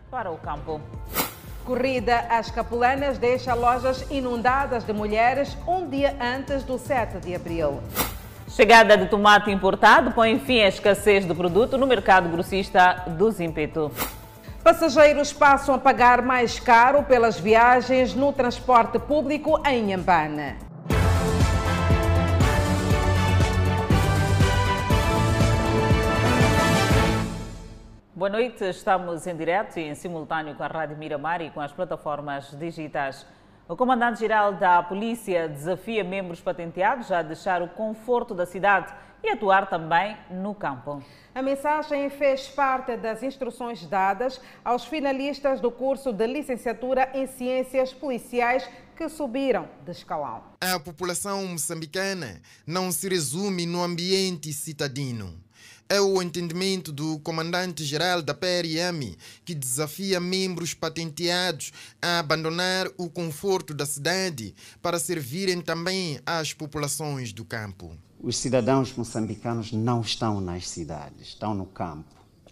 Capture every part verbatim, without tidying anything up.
para o campo. Corrida às Capulanas deixa lojas inundadas de mulheres um dia antes do sete de abril. Chegada de tomate importado põe fim à escassez do produto no mercado grossista do Zimpeto. Passageiros passam a pagar mais caro pelas viagens no transporte público em Inhambane. Boa noite, estamos em direto e em simultâneo com a Rádio Miramar e com as plataformas digitais. O comandante-geral da Polícia desafia membros patenteados a deixar o conforto da cidade e atuar também no campo. A mensagem fez parte das instruções dadas aos finalistas do curso de licenciatura em Ciências Policiais que subiram de escalão. A população moçambicana não se resume no ambiente citadino. É o entendimento do comandante-geral da P R M, que desafia membros patenteados a abandonar o conforto da cidade para servirem também às populações do campo. Os cidadãos moçambicanos não estão nas cidades, estão no campo.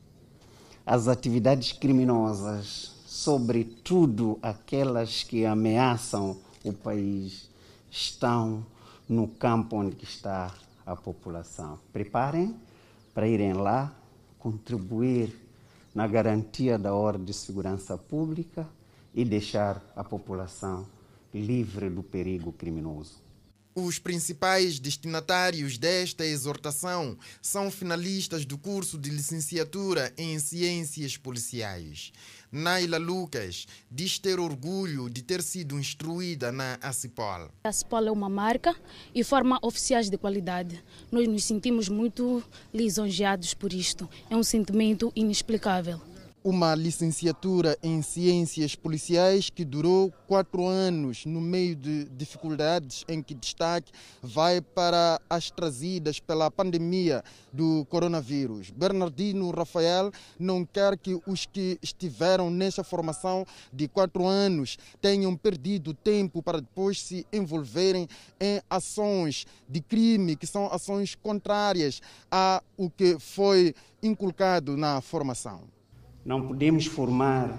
As atividades criminosas, sobretudo aquelas que ameaçam o país, estão no campo onde está a população. Preparem para irem lá contribuir na garantia da ordem de segurança pública e deixar a população livre do perigo criminoso. Os principais destinatários desta exortação são finalistas do curso de licenciatura em Ciências Policiais. Naila Lucas diz ter orgulho de ter sido instruída na ACIPOL. A ACIPOL é uma marca e forma oficiais de qualidade. Nós nos sentimos muito lisonjeados por isto. É um sentimento inexplicável. Uma licenciatura em Ciências Policiais que durou quatro anos no meio de dificuldades, em que destaque vai para as trazidas pela pandemia do coronavírus. Bernardino Rafael não quer que os que estiveram nesta formação de quatro anos tenham perdido tempo para depois se envolverem em ações de crime, que são ações contrárias ao que foi inculcado na formação. Não podemos formar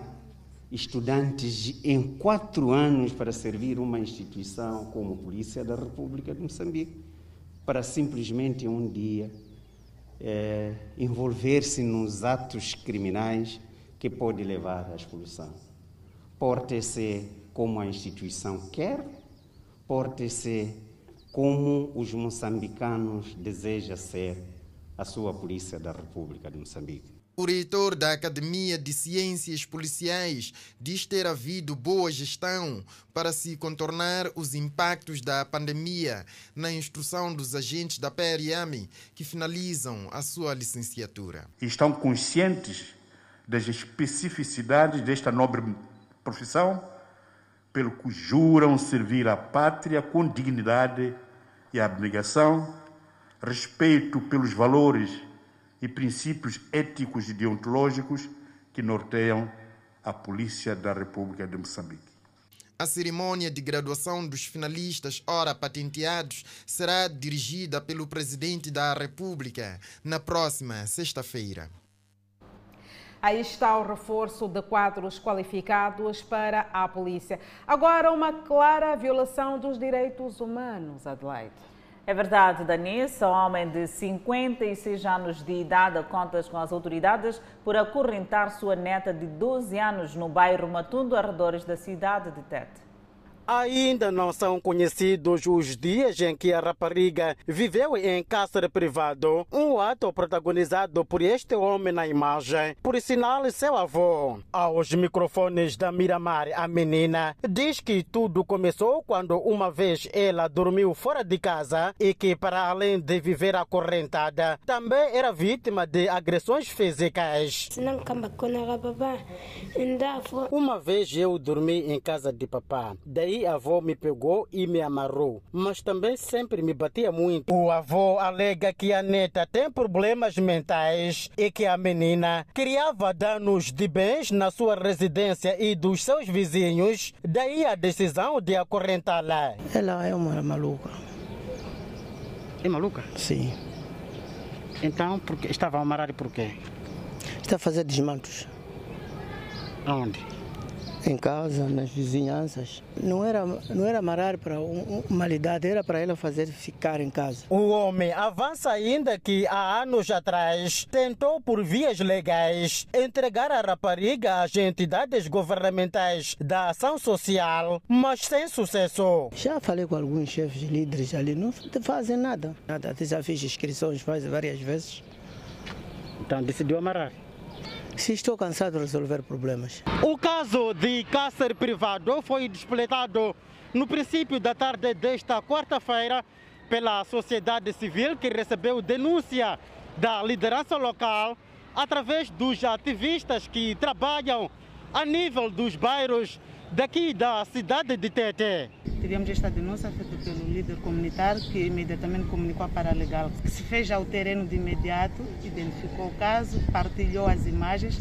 estudantes em quatro anos para servir uma instituição como a Polícia da República de Moçambique, para simplesmente um dia é, envolver-se nos atos criminais que pode levar à expulsão. Porte-se como a instituição quer, porte-se como os moçambicanos desejam ser a sua Polícia da República de Moçambique. O reitor da Academia de Ciências Policiais diz ter havido boa gestão para se contornar os impactos da pandemia na instrução dos agentes da P R M que finalizam a sua licenciatura. Estão conscientes das especificidades desta nobre profissão, pelo que juram servir à pátria com dignidade e abnegação, respeito pelos valores e princípios éticos e deontológicos que norteiam a Polícia da República de Moçambique. A cerimônia de graduação dos finalistas ora patenteados será dirigida pelo Presidente da República na próxima sexta-feira. Aí está o reforço de quadros qualificados para a polícia. Agora, uma clara violação dos direitos humanos, Adelaide. É verdade, Danissa, um homem de cinquenta e seis anos de idade a contas com as autoridades por acorrentar sua neta de doze anos no bairro Matundo, arredores da cidade de Tete. Ainda não são conhecidos os dias em que a rapariga viveu em cárcere privado, um ato protagonizado por este homem na imagem, por sinal seu avô. Aos microfones da Miramar, a menina diz que tudo começou quando uma vez ela dormiu fora de casa e que, para além de viver acorrentada, também era vítima de agressões físicas. Uma vez eu dormi em casa de papá, daí a avó me pegou e me amarrou, mas também sempre me batia muito. O avô alega que a neta tem problemas mentais e que a menina criava danos de bens na sua residência e dos seus vizinhos, daí a decisão de acorrentá-la. Ela é uma maluca. É maluca? Sim. Então, porque estava amarrada por quê? Está a fazer desmantos. Aonde? Em casa, nas vizinhanças. Não era, não era amarrar para um, uma idade, era para ela fazer ficar em casa. O homem avança ainda que há anos atrás tentou por vias legais entregar a rapariga às entidades governamentais da ação social, mas sem sucesso. Já falei com alguns chefes líderes ali, não fazem nada. Nada, já fiz inscrições faz várias vezes. Então decidiu amarrar. Se estou cansado de resolver problemas. O caso de cárcere privado foi despletado no princípio da tarde desta quarta-feira pela sociedade civil, que recebeu denúncia da liderança local através dos ativistas que trabalham a nível dos bairros daqui da cidade de Tete. Tivemos esta denúncia feita pelo líder comunitário, que imediatamente comunicou a Paralegal, que se fez ao terreno de imediato, identificou o caso, partilhou as imagens,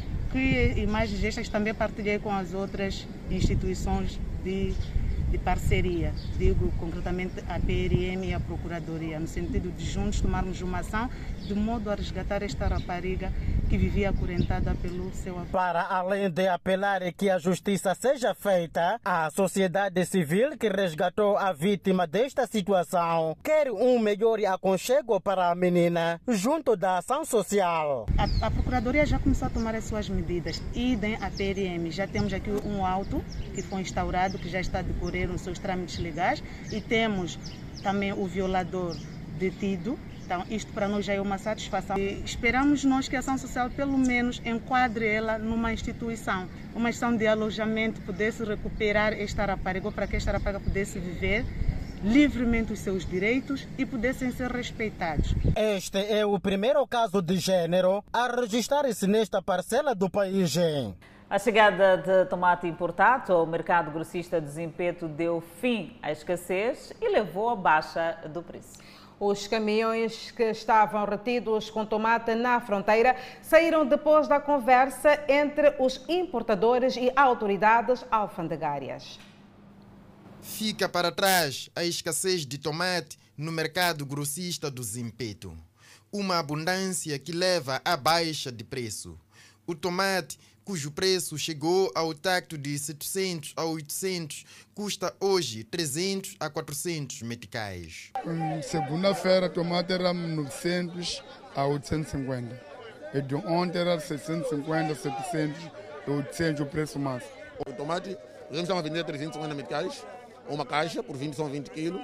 que imagens estas também partilhei com as outras instituições de, de parceria, digo concretamente a P R M e a Procuradoria, no sentido de juntos tomarmos uma ação de modo a resgatar esta rapariga que vivia acorrentada pelo seu avô. Para além de apelar que a justiça seja feita, a sociedade civil que resgatou a vítima desta situação quer um melhor aconchego para a menina junto da ação social. A, a Procuradoria já começou a tomar as suas medidas. Idem a P R M. Já temos aqui um auto que foi instaurado, que já está a decorrer os seus trâmites legais, e temos também o violador detido. Então, isto para nós já é uma satisfação. E esperamos nós que a ação social, pelo menos, enquadre ela numa instituição, uma instituição de alojamento, pudesse recuperar esta rapariga, para que esta rapariga pudesse viver livremente os seus direitos e pudessem ser respeitados. Este é o primeiro caso de gênero a registrar-se nesta parcela do país. A chegada de tomate importado ao mercado grossista de Zimpeto deu fim à escassez e levou à baixa do preço. Os caminhões que estavam retidos com tomate na fronteira saíram depois da conversa entre os importadores e autoridades alfandegárias. Fica para trás a escassez de tomate no mercado grossista do Zimpeto. Uma abundância que leva à baixa de preço. O tomate, cujo preço chegou ao tacto de setecentos a oitocentos, custa hoje trezentos a quatrocentos meticais. Segunda-feira, tomate era novecentos a oitocentos e cinquenta. E de ontem era seiscentos e cinquenta, setecentos e oitocentos o preço máximo. O tomate, nós estamos a vender trezentos e cinquenta meticais, uma caixa, por vinte, são vinte quilos.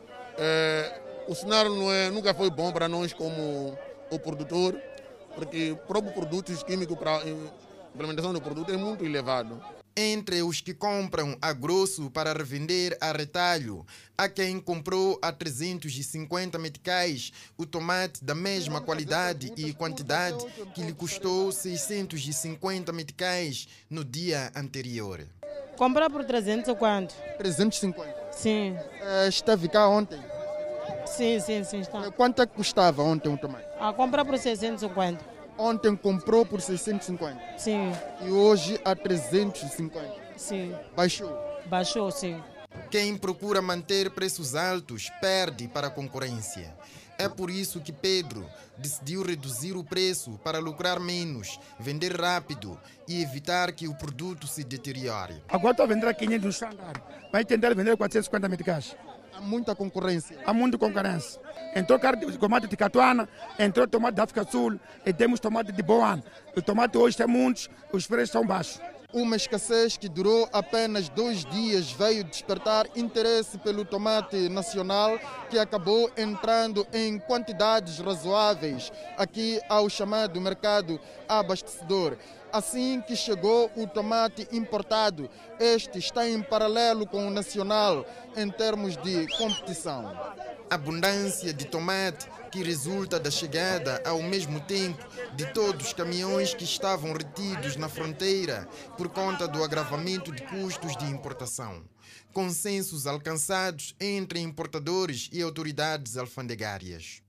É, o cenário não é, nunca foi bom para nós como o produtor, porque o próprio produtos químicos para a implementação do produto é muito elevado. Entre os que compram a grosso para revender a retalho, há quem comprou a trezentos e cinquenta meticais o tomate da mesma qualidade e quantidade que lhe custou seiscentos e cinquenta meticais no dia anterior. Comprar por trezentos ou quanto? trezentos e cinquenta? Sim. Uh, esteve cá ontem? Sim, sim, sim. Está. Quanto é que custava ontem o tomate? A comprar por seiscentos e cinquenta. Ontem comprou por seiscentos e cinquenta? Sim. E hoje a trezentos e cinquenta? Sim. Baixou? Baixou, sim. Quem procura manter preços altos perde para a concorrência. É por isso que Pedro decidiu reduzir o preço para lucrar menos, vender rápido e evitar que o produto se deteriore. Agora estou a vender a quinhentos no standard, vai tentar vender quatrocentos e cinquenta meticais. Há muita concorrência. Há muita concorrência. Entrou tomate de Catuana, entrou tomate da África Sul e temos tomate de Boan. O tomate hoje tem muitos, os preços são baixos. Uma escassez que durou apenas dois dias veio despertar interesse pelo tomate nacional, que acabou entrando em quantidades razoáveis aqui ao chamado mercado abastecedor. Assim que chegou o tomate importado, este está em paralelo com o nacional em termos de competição. Abundância de tomate que resulta da chegada ao mesmo tempo de todos os caminhões que estavam retidos na fronteira por conta do agravamento de custos de importação. Consensos alcançados entre importadores e autoridades alfandegárias.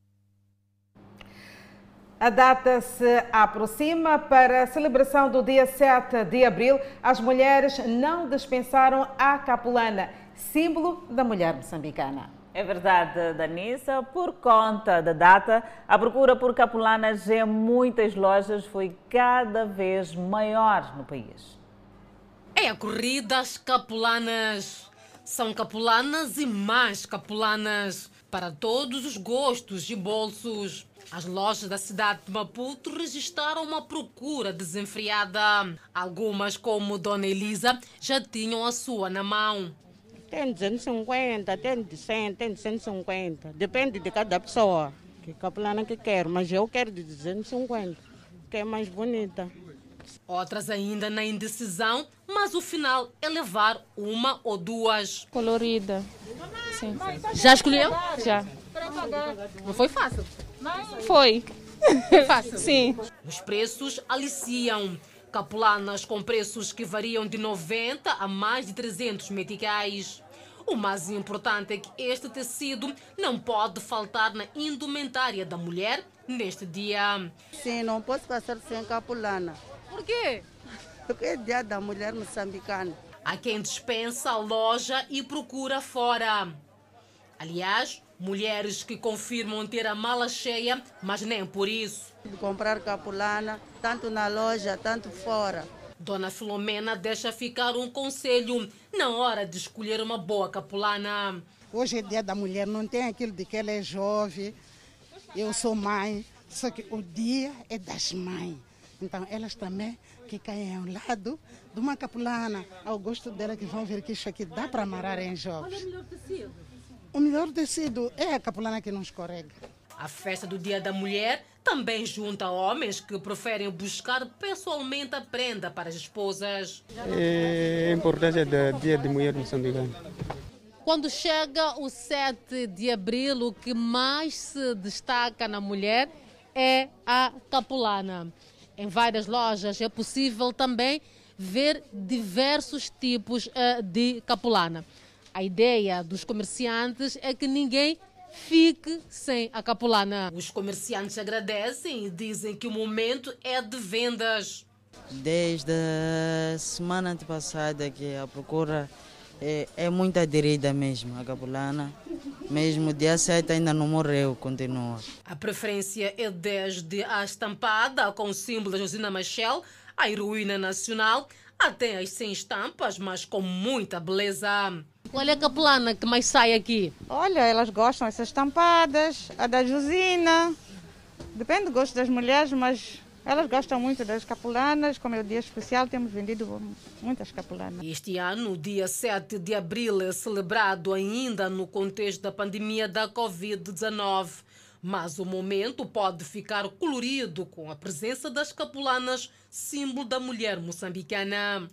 A data se aproxima. Para a celebração do dia sete de abril, as mulheres não dispensaram a capulana, símbolo da mulher moçambicana. É verdade, Danissa. Por conta da data, a procura por capulanas em muitas lojas foi cada vez maior no país. É a corrida às capulanas. São capulanas e mais capulanas, para todos os gostos e bolsos. As lojas da cidade de Maputo registraram uma procura desenfreada. Algumas, como Dona Elisa, já tinham a sua na mão. Tem duzentos e cinquenta, tem de cem, tem de cento e cinquenta. Depende de cada pessoa. Que capulana que quer, mas eu quero de duzentos e cinquenta, que é mais bonita. Outras ainda na indecisão, mas o final é levar uma ou duas. Colorida. Sim. Já escolheu? Já. Não foi fácil? Foi. Foi fácil? Sim. Os preços aliciam. Capulanas com preços que variam de noventa a mais de trezentos meticais. O mais importante é que este tecido não pode faltar na indumentária da mulher neste dia. Sim, não posso passar sem capulana. Por quê? Porque é dia da mulher moçambicana. Há quem dispensa a loja e procura fora. Aliás, mulheres que confirmam ter a mala cheia, mas nem por isso. De comprar capulana, tanto na loja, tanto fora. Dona Filomena deixa ficar um conselho na hora de escolher uma boa capulana. Hoje é dia da mulher, não tem aquilo de que ela é jovem, eu sou mãe, só que o dia é das mães. Então elas também que caem ao lado de uma capulana, ao gosto dela, que vão ver que isso aqui dá para amarrar em jovens. Qual é o melhor tecido? O melhor tecido é a capulana que não escorrega. A festa do Dia da Mulher também junta homens que preferem buscar pessoalmente a prenda para as esposas. É a importância do Dia da Mulher moçambicana. Quando chega o sete de abril, o que mais se destaca na mulher é a capulana. Em várias lojas é possível também ver diversos tipos de capulana. A ideia dos comerciantes é que ninguém fique sem a capulana. Os comerciantes agradecem e dizem que o momento é de vendas. Desde a semana antepassada que a procura é, é muito aderida mesmo, a capulana. Mesmo dia sete ainda não morreu, continua. A preferência é desde a estampada com o símbolo da Josina Machel, a heroína nacional, até as sem estampas, mas com muita beleza. Qual é a capulana que mais sai aqui? Olha, elas gostam dessas estampadas, a da Josina. Depende do gosto das mulheres, mas elas gostam muito das capulanas. Como é o dia especial, temos vendido muitas capulanas. Este ano, o dia sete de abril, é celebrado ainda no contexto da pandemia da covid dezenove. Mas o momento pode ficar colorido com a presença das capulanas, símbolo da mulher moçambicana.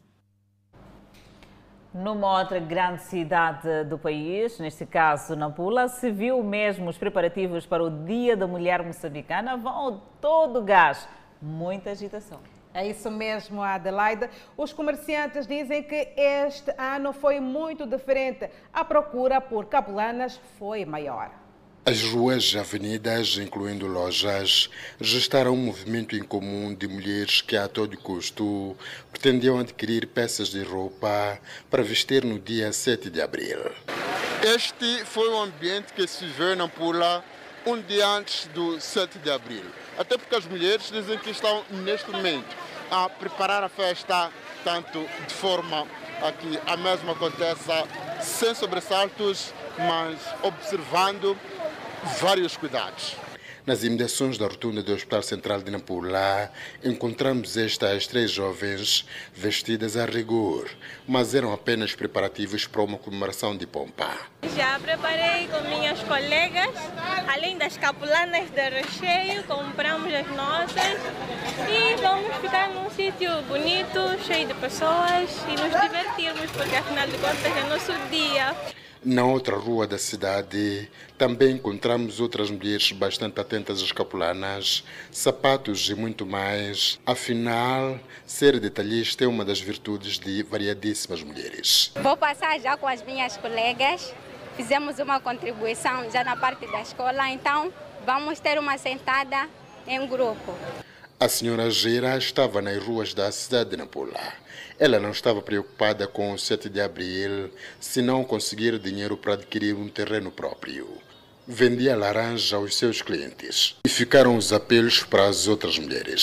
Numa outra grande cidade do país, neste caso Nampula, se viu mesmo os preparativos para o Dia da Mulher Moçambicana vão a todo gás. Muita agitação. É isso mesmo, Adelaide. Os comerciantes dizem que este ano foi muito diferente. A procura por capulanas foi maior. As ruas e avenidas, incluindo lojas, registraram um movimento em comum de mulheres que, a todo custo, pretendiam adquirir peças de roupa para vestir no dia sete de abril. Este foi o ambiente que se vê na Nampula um dia antes do sete de abril. Até porque as mulheres dizem que estão, neste momento, a preparar a festa, tanto de forma a que a mesma aconteça sem sobressaltos, mas observando vários cuidados. Nas imediações da rotunda do Hospital Central de Nampula, encontramos estas três jovens vestidas a rigor, mas eram apenas preparativos para uma comemoração de pompa. Já preparei com minhas colegas, além das capulanas de recheio, compramos as nossas e vamos ficar num sítio bonito, cheio de pessoas e nos divertirmos, porque afinal de contas é nosso dia. Na outra rua da cidade, também encontramos outras mulheres bastante atentas às capulanas, sapatos e muito mais. Afinal, ser detalhista é uma das virtudes de variadíssimas mulheres. Vou passar já com as minhas colegas. Fizemos uma contribuição já na parte da escola, então vamos ter uma sentada em grupo. A senhora Gira estava nas ruas da cidade de Nampula. Ela não estava preocupada com o sete de abril, se não conseguir dinheiro para adquirir um terreno próprio. Vendia laranja aos seus clientes. E ficaram os apelos para as outras mulheres.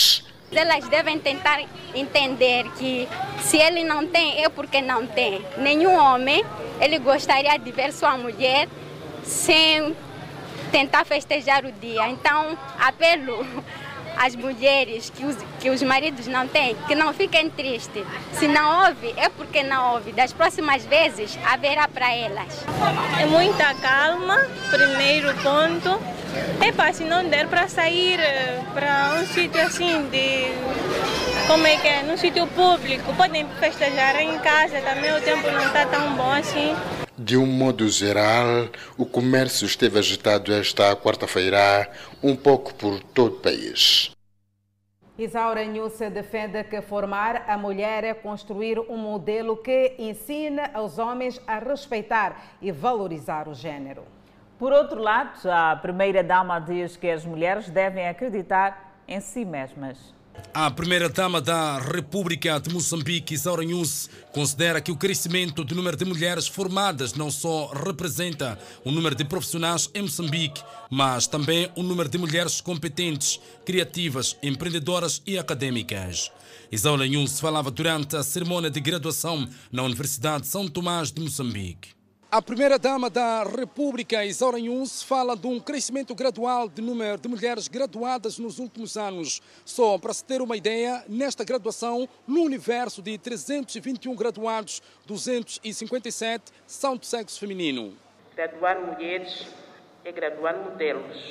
Elas devem tentar entender que se ele não tem, é porque não tem. Nenhum homem, ele gostaria de ver sua mulher sem tentar festejar o dia. Então, apelo às mulheres que os, que os maridos não têm, que não fiquem tristes. Se não houve, é porque não houve. Das próximas vezes, haverá para elas. É muita calma, primeiro ponto. Epa, se não der para sair para um sítio assim de... Como é que é? Num sítio público, podem festejar em casa também, o tempo não está tão bom assim. De um modo geral, o comércio esteve agitado esta quarta-feira, um pouco por todo o país. Isaura Nhusse defende que formar a mulher é construir um modelo que ensina aos homens a respeitar e valorizar o género. Por outro lado, a primeira-dama diz que as mulheres devem acreditar em si mesmas. A primeira-dama da República de Moçambique, Isaura Nhusse, considera que o crescimento do número de mulheres formadas não só representa o número de profissionais em Moçambique, mas também o número de mulheres competentes, criativas, empreendedoras e acadêmicas. Isaura Nhusse falava durante a cerimônia de graduação na Universidade de São Tomás de Moçambique. A primeira-dama da República, Isaura Nhusse, fala de um crescimento gradual de número de mulheres graduadas nos últimos anos. Só para se ter uma ideia, nesta graduação, no universo de trezentos e vinte e um graduados, duzentos e cinquenta e sete são do sexo feminino. Graduar mulheres é graduar modelos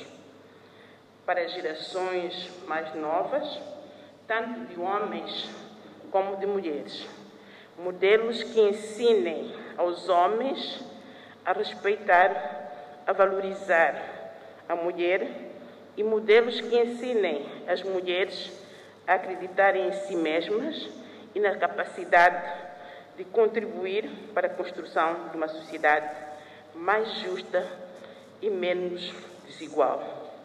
para gerações mais novas, tanto de homens como de mulheres. Modelos que ensinem aos homens a respeitar, a valorizar a mulher e modelos que ensinem as mulheres a acreditarem em si mesmas e na capacidade de contribuir para a construção de uma sociedade mais justa e menos desigual.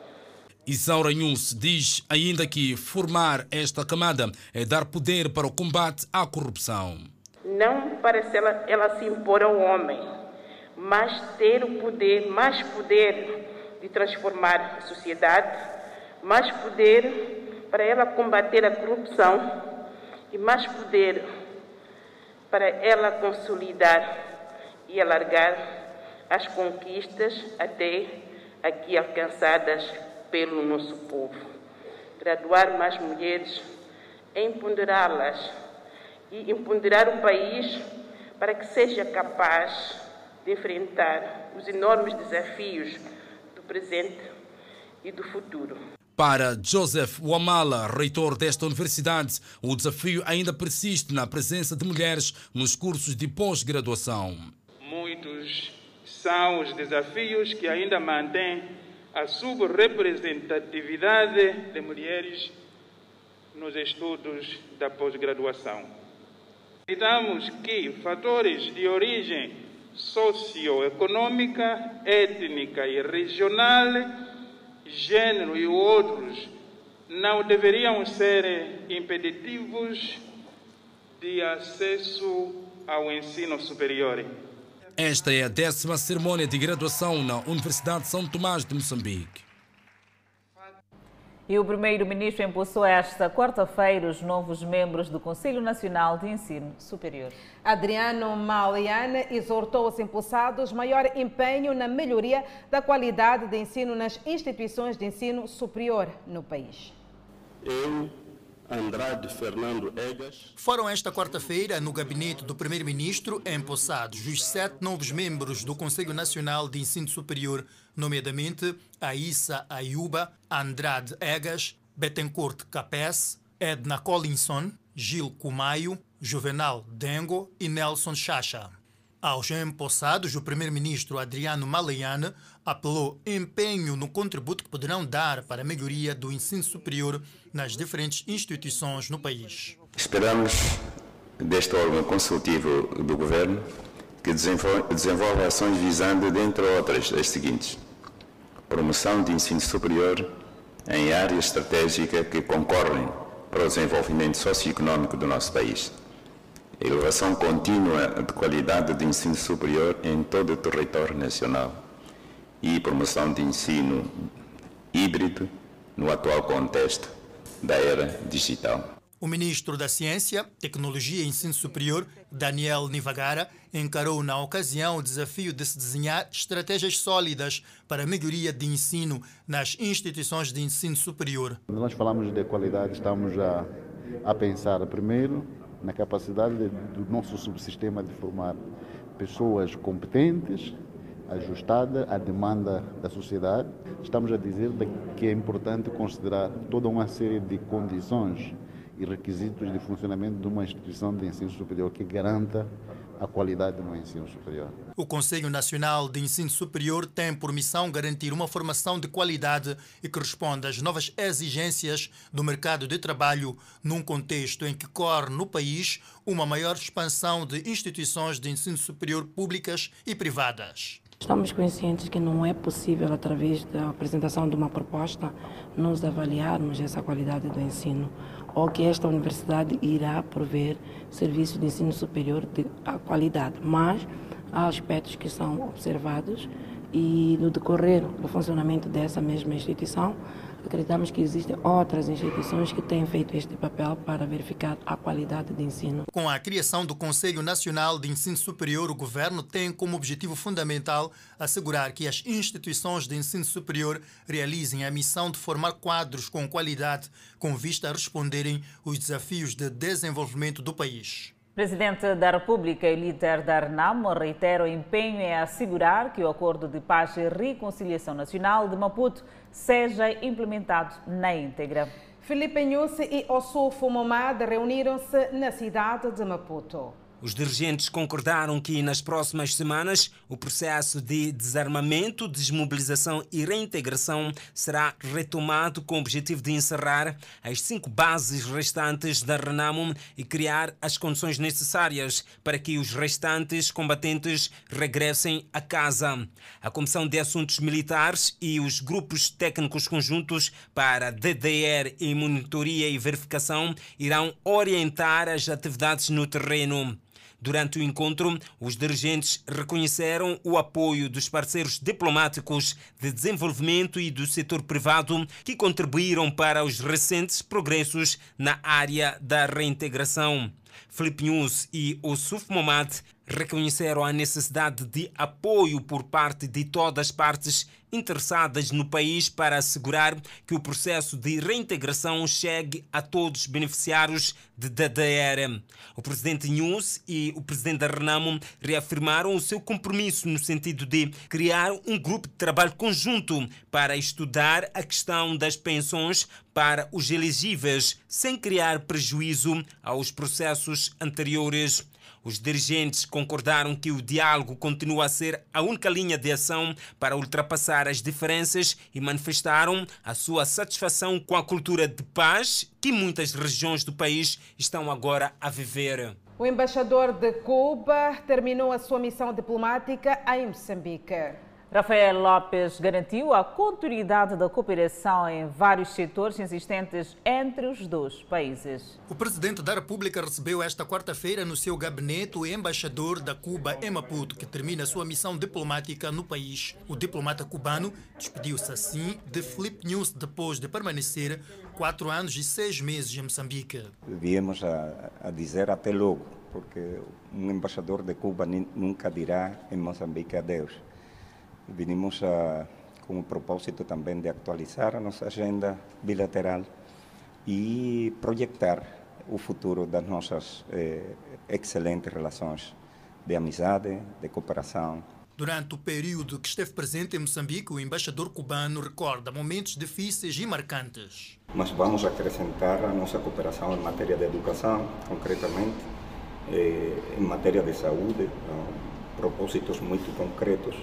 Isaura Nhusse diz ainda que formar esta camada é dar poder para o combate à corrupção. Não para ela, ela se impor ao homem, mas ter o poder, mais poder de transformar a sociedade, mais poder para ela combater a corrupção e mais poder para ela consolidar e alargar as conquistas até aqui alcançadas pelo nosso povo. Graduar mais mulheres, empoderá-las e empoderar o país para que seja capaz de enfrentar os enormes desafios do presente e do futuro. Para Joseph Wamala, reitor desta universidade, o desafio ainda persiste na presença de mulheres nos cursos de pós-graduação. Muitos são os desafios que ainda mantêm a subrepresentatividade de mulheres nos estudos da pós-graduação. Acreditamos que fatores de origem socioeconômica, étnica e regional, gênero e outros, não deveriam ser impeditivos de acesso ao ensino superior. Esta é a décima cerimônia de graduação na Universidade de São Tomás de Moçambique. E o primeiro-ministro empossou esta quarta-feira os novos membros do Conselho Nacional de Ensino Superior. Adriano Maliana exortou os empossados maior empenho na melhoria da qualidade de ensino nas instituições de ensino superior no país. Eu, Andrade Fernando Egas. Foram esta quarta-feira, no gabinete do primeiro-ministro, empossados os sete novos membros do Conselho Nacional de Ensino Superior, nomeadamente Aissa Ayuba, Andrade Egas, Betancourt Capes, Edna Collinson, Gil Cumaio, Juvenal Dengo e Nelson Chacha. Aos empossados, o primeiro-ministro Adriano Maliana apelou empenho no contributo que poderão dar para a melhoria do ensino superior nas diferentes instituições no país. Esperamos deste órgão consultivo do Governo que desenvolva ações visando, dentre outras, as seguintes: promoção de ensino superior em áreas estratégicas que concorrem para o desenvolvimento socioeconômico do nosso país, elevação contínua de qualidade de ensino superior em todo o território nacional e promoção de ensino híbrido no atual contexto da era digital. O ministro da Ciência, Tecnologia e Ensino Superior, Daniel Nivagara, encarou na ocasião o desafio de se desenhar estratégias sólidas para a melhoria de ensino nas instituições de ensino superior. Quando nós falamos de qualidade, estamos a, a pensar primeiro na capacidade de, do nosso subsistema de formar pessoas competentes, ajustada à demanda da sociedade. Estamos a dizer que é importante considerar toda uma série de condições e requisitos de funcionamento de uma instituição de ensino superior que garanta a qualidade no ensino superior. O Conselho Nacional de Ensino Superior tem por missão garantir uma formação de qualidade e que responda às novas exigências do mercado de trabalho, num contexto em que corre no país uma maior expansão de instituições de ensino superior públicas e privadas. Estamos conscientes que não é possível, através da apresentação de uma proposta, nós avaliarmos essa qualidade do ensino, ou que esta universidade irá prover serviços de ensino superior de qualidade. Mas há aspectos que são observados e, no decorrer do funcionamento dessa mesma instituição, acreditamos que existem outras instituições que têm feito este papel para verificar a qualidade de ensino. Com a criação do Conselho Nacional de Ensino Superior, o governo tem como objetivo fundamental assegurar que as instituições de ensino superior realizem a missão de formar quadros com qualidade, com vista a responderem os desafios de desenvolvimento do país. Presidente da República e líder da RENAMO reitera o empenho em assegurar que o Acordo de Paz e Reconciliação Nacional de Maputo seja implementado na íntegra. Filipe Nyusi e Ossufo Momad reuniram-se na cidade de Maputo. Os dirigentes concordaram que nas próximas semanas o processo de desarmamento, desmobilização e reintegração será retomado com o objetivo de encerrar as cinco bases restantes da RENAMO e criar as condições necessárias para que os restantes combatentes regressem a casa. A Comissão de Assuntos Militares e os grupos técnicos conjuntos para D D R e monitoria e verificação irão orientar as atividades no terreno. Durante o encontro, os dirigentes reconheceram o apoio dos parceiros diplomáticos de desenvolvimento e do setor privado que contribuíram para os recentes progressos na área da reintegração. Filipe Nyusi e Ossufo Momad reconheceram a necessidade de apoio por parte de todas as partes interessadas no país para assegurar que o processo de reintegração chegue a todos os beneficiários de D D R. O presidente Nyusi e o presidente da RENAMO reafirmaram o seu compromisso no sentido de criar um grupo de trabalho conjunto para estudar a questão das pensões para os elegíveis, sem criar prejuízo aos processos anteriores. Os dirigentes concordaram que o diálogo continua a ser a única linha de ação para ultrapassar as diferenças e manifestaram a sua satisfação com a cultura de paz que muitas regiões do país estão agora a viver. O embaixador de Cuba terminou a sua missão diplomática em Moçambique. Rafael Lopes garantiu a continuidade da cooperação em vários setores existentes entre os dois países. O presidente da República recebeu esta quarta-feira no seu gabinete o embaixador da Cuba em Maputo, que termina a sua missão diplomática no país. O diplomata cubano despediu-se assim de Filipe Nyusi depois de permanecer quatro anos e seis meses em Moçambique. Viemos a, a dizer até logo, porque um embaixador de Cuba nunca dirá em Moçambique adeus. Vinimos a, com o propósito também de atualizar a nossa agenda bilateral e projetar o futuro das nossas eh, excelentes relações de amizade, de cooperação. Durante o período que esteve presente em Moçambique, o embaixador cubano recorda momentos difíceis e marcantes. Mas vamos acrescentar a nossa cooperação em matéria de educação, concretamente, eh, em matéria de saúde, então, propósitos muito concretos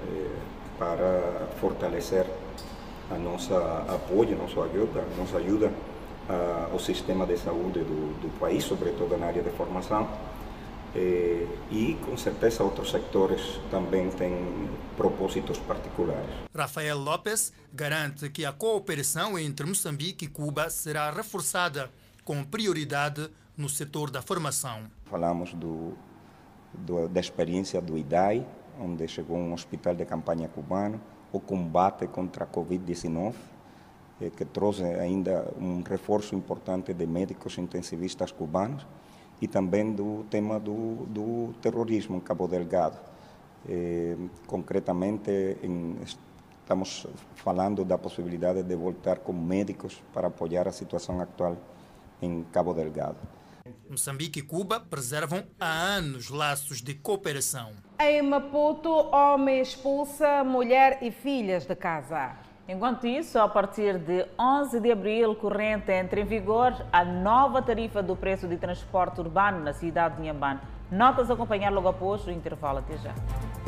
para fortalecer a nossa apoio, a nossa ajuda, a nossa ajuda ao sistema de saúde do, do país, sobretudo na área de formação. E, com certeza, outros setores também têm propósitos particulares. Rafael Lopes garante que a cooperação entre Moçambique e Cuba será reforçada com prioridade no setor da formação. Falamos do, do, da experiência do I D A I, onde chegou um hospital de campanha cubano, o combate contra a Covid dezenove, eh, que trouxe ainda um reforço importante de médicos intensivistas cubanos e também do tema do, do terrorismo em Cabo Delgado. Eh, concretamente, em, estamos falando da possibilidade de voltar com médicos para apoiar a situação atual em Cabo Delgado. Moçambique e Cuba preservam há anos laços de cooperação. Em Maputo, homem expulsa mulher e filhas de casa. Enquanto isso, a partir de onze de abril corrente entra em vigor a nova tarifa do preço de transporte urbano na cidade de Inhambane. Notas a acompanhar logo após o intervalo. Até já.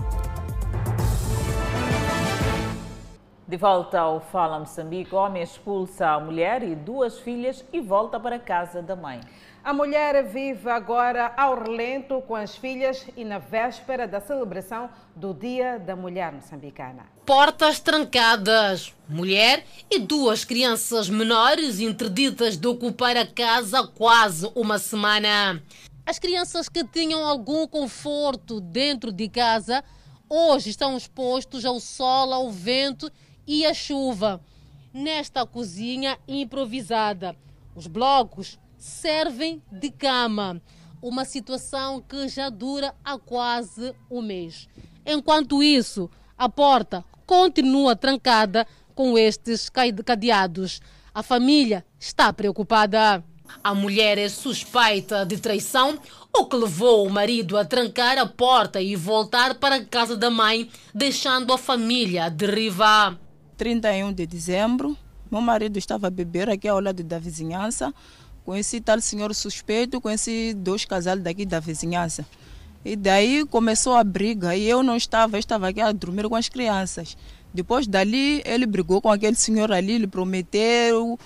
De volta ao Fala Moçambique, homem expulsa a mulher e duas filhas e volta para a casa da mãe. A mulher vive agora ao relento com as filhas e na véspera da celebração do Dia da Mulher Moçambicana. Portas trancadas, mulher e duas crianças menores interditas de ocupar a casa há quase uma semana. As crianças que tinham algum conforto dentro de casa hoje estão expostos ao sol, ao vento e à chuva. Nesta cozinha improvisada, os blocos servem de cama, uma situação que já dura há quase um mês. Enquanto isso, a porta continua trancada com estes cadeados. A família está preocupada. A mulher é suspeita de traição, o que levou o marido a trancar a porta e voltar para a casa da mãe, deixando a família à deriva. trinta e um de dezembro, meu marido estava a beber aqui ao lado da vizinhança. Conheci tal senhor suspeito, conheci dois casais daqui da vizinhança. E daí começou a briga e eu não estava, eu estava aqui a dormir com as crianças. Depois dali ele brigou com aquele senhor ali, lhe prometeu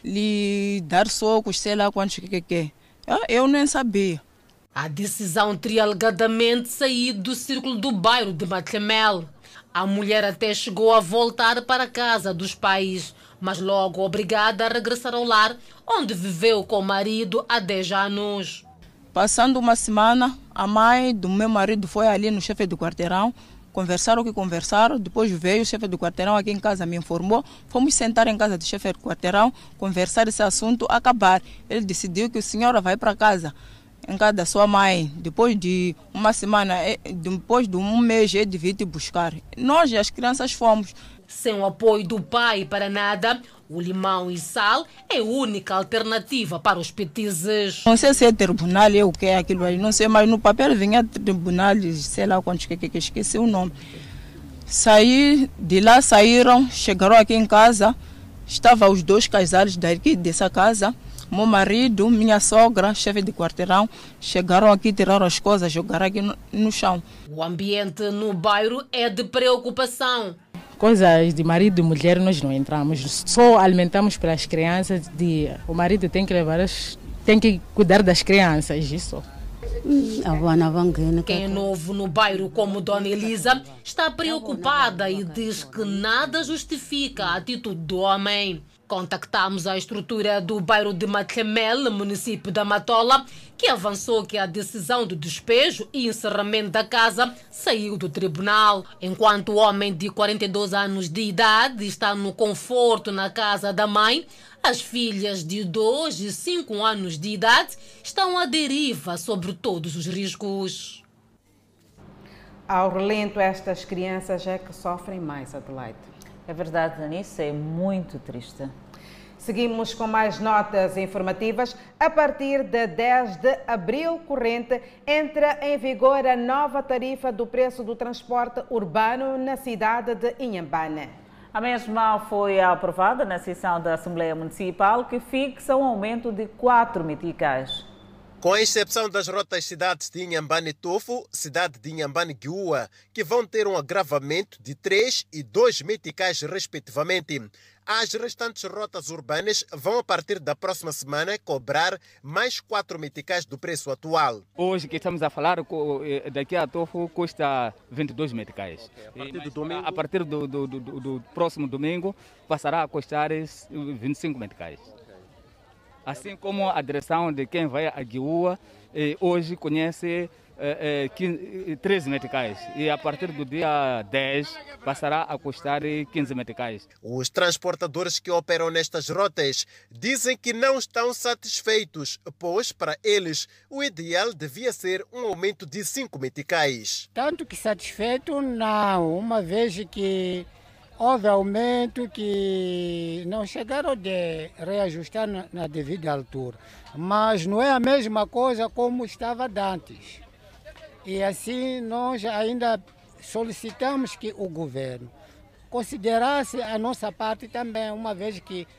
lhe dar socos, sei lá quantos que que que. Eu nem sabia. A decisão teria alegadamente saído do círculo do bairro de Matlamel. A mulher até chegou a voltar para a casa dos pais, mas logo obrigada a regressar ao lar, onde viveu com o marido há dez anos. Passando uma semana, a mãe do meu marido foi ali no chefe do quarteirão, conversaram o que conversaram, depois veio o chefe do quarteirão aqui em casa, me informou, fomos sentar em casa do chefe do quarteirão, conversar esse assunto, acabar. Ele decidiu que a senhora vai para casa, em casa da sua mãe, depois de uma semana, depois de um mês, ele devia te buscar. Nós e as crianças fomos. Sem o apoio do pai para nada, o limão e sal é a única alternativa para os petizes. Não sei se é tribunal, é o que é aquilo aí, não sei, mas no papel vinha tribunal, sei lá quantos que, que, que esqueci o nome. Saí, de lá saíram, chegaram aqui em casa, estavam os dois casais daqui dessa casa, meu marido, minha sogra, chefe de quarteirão, chegaram aqui, tiraram as coisas, jogaram aqui no, no chão. O ambiente no bairro é de preocupação. Coisas de marido e mulher nós não entramos, só alimentamos para as crianças. De, o marido tem que levar, as, tem que cuidar das crianças, isso. Quem é novo no bairro como Dona Elisa está preocupada e diz que nada justifica a atitude do homem. Contactamos a estrutura do bairro de Matlamel, município da Matola, que avançou que a decisão do despejo e encerramento da casa saiu do tribunal. Enquanto o homem de quarenta e dois anos de idade está no conforto na casa da mãe, as filhas de dois e cinco anos de idade estão à deriva sobre todos os riscos. Ao relento, estas crianças é que sofrem mais, Adelaide. É verdade, Danice, é muito triste. Seguimos com mais notas informativas. A partir de dez de abril corrente, entra em vigor a nova tarifa do preço do transporte urbano na cidade de Inhambane. A mesma foi aprovada na sessão da Assembleia Municipal, que fixa um aumento de quatro meticais. Com exceção das rotas cidades de Inhambane e Tofo, cidade de Inhambane e Guua, que vão ter um agravamento de três e dois meticais respectivamente. As restantes rotas urbanas vão, a partir da próxima semana, cobrar mais quatro meticais do preço atual. Hoje que estamos a falar, daqui a Tofo custa vinte e dois meticais. A partir do domingo? A partir do, do, do, do próximo domingo passará a custar vinte e cinco meticais. assim como a direção de quem vai a Guiúa hoje conhece É, é, treze meticais e a partir do dia dez passará a custar quinze meticais. Os transportadores que operam nestas rotas dizem que não estão satisfeitos, pois para eles o ideal devia ser um aumento de cinco meticais. Tanto que satisfeito não, uma vez que houve aumento que não chegaram de reajustar na, na devida altura, mas não é a mesma coisa como estava antes. E assim nós ainda solicitamos que o governo considerasse a nossa parte também, uma vez que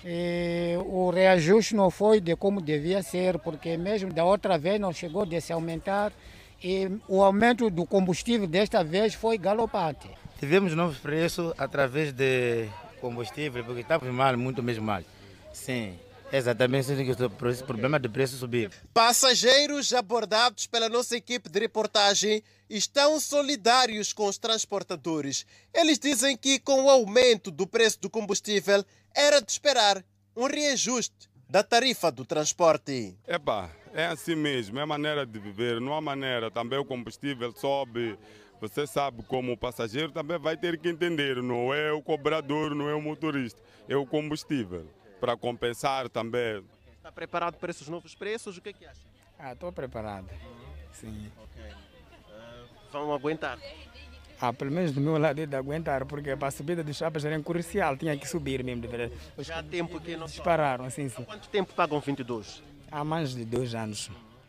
eh, o reajuste não foi de como devia ser, porque mesmo da outra vez não chegou de se aumentar e o aumento do combustível desta vez foi galopante. Tivemos novos preços através de combustível, porque estava mal, muito mesmo mal. Sim. Exatamente, esse problema de preço subir. Passageiros abordados pela nossa equipe de reportagem estão solidários com os transportadores. Eles dizem que com o aumento do preço do combustível era de esperar um reajuste da tarifa do transporte. Epa, é assim mesmo, é a maneira de viver, não há maneira, também o combustível sobe. Você sabe como o passageiro também vai ter que entender, não é o cobrador, não é o motorista, é o combustível. Para compensar também. Está preparado para esses novos preços? O que é que acha? Ah, estou preparado. Sim. Okay. Uh, vão aguentar? Ah, pelo menos do meu lado é de aguentar, porque para a subida dos chapas era crucial, tinha que subir mesmo. De verdade. Já há tempo que não dispararam, sim, sim. Há quanto tempo pagam vinte e dois? Há mais de dois anos.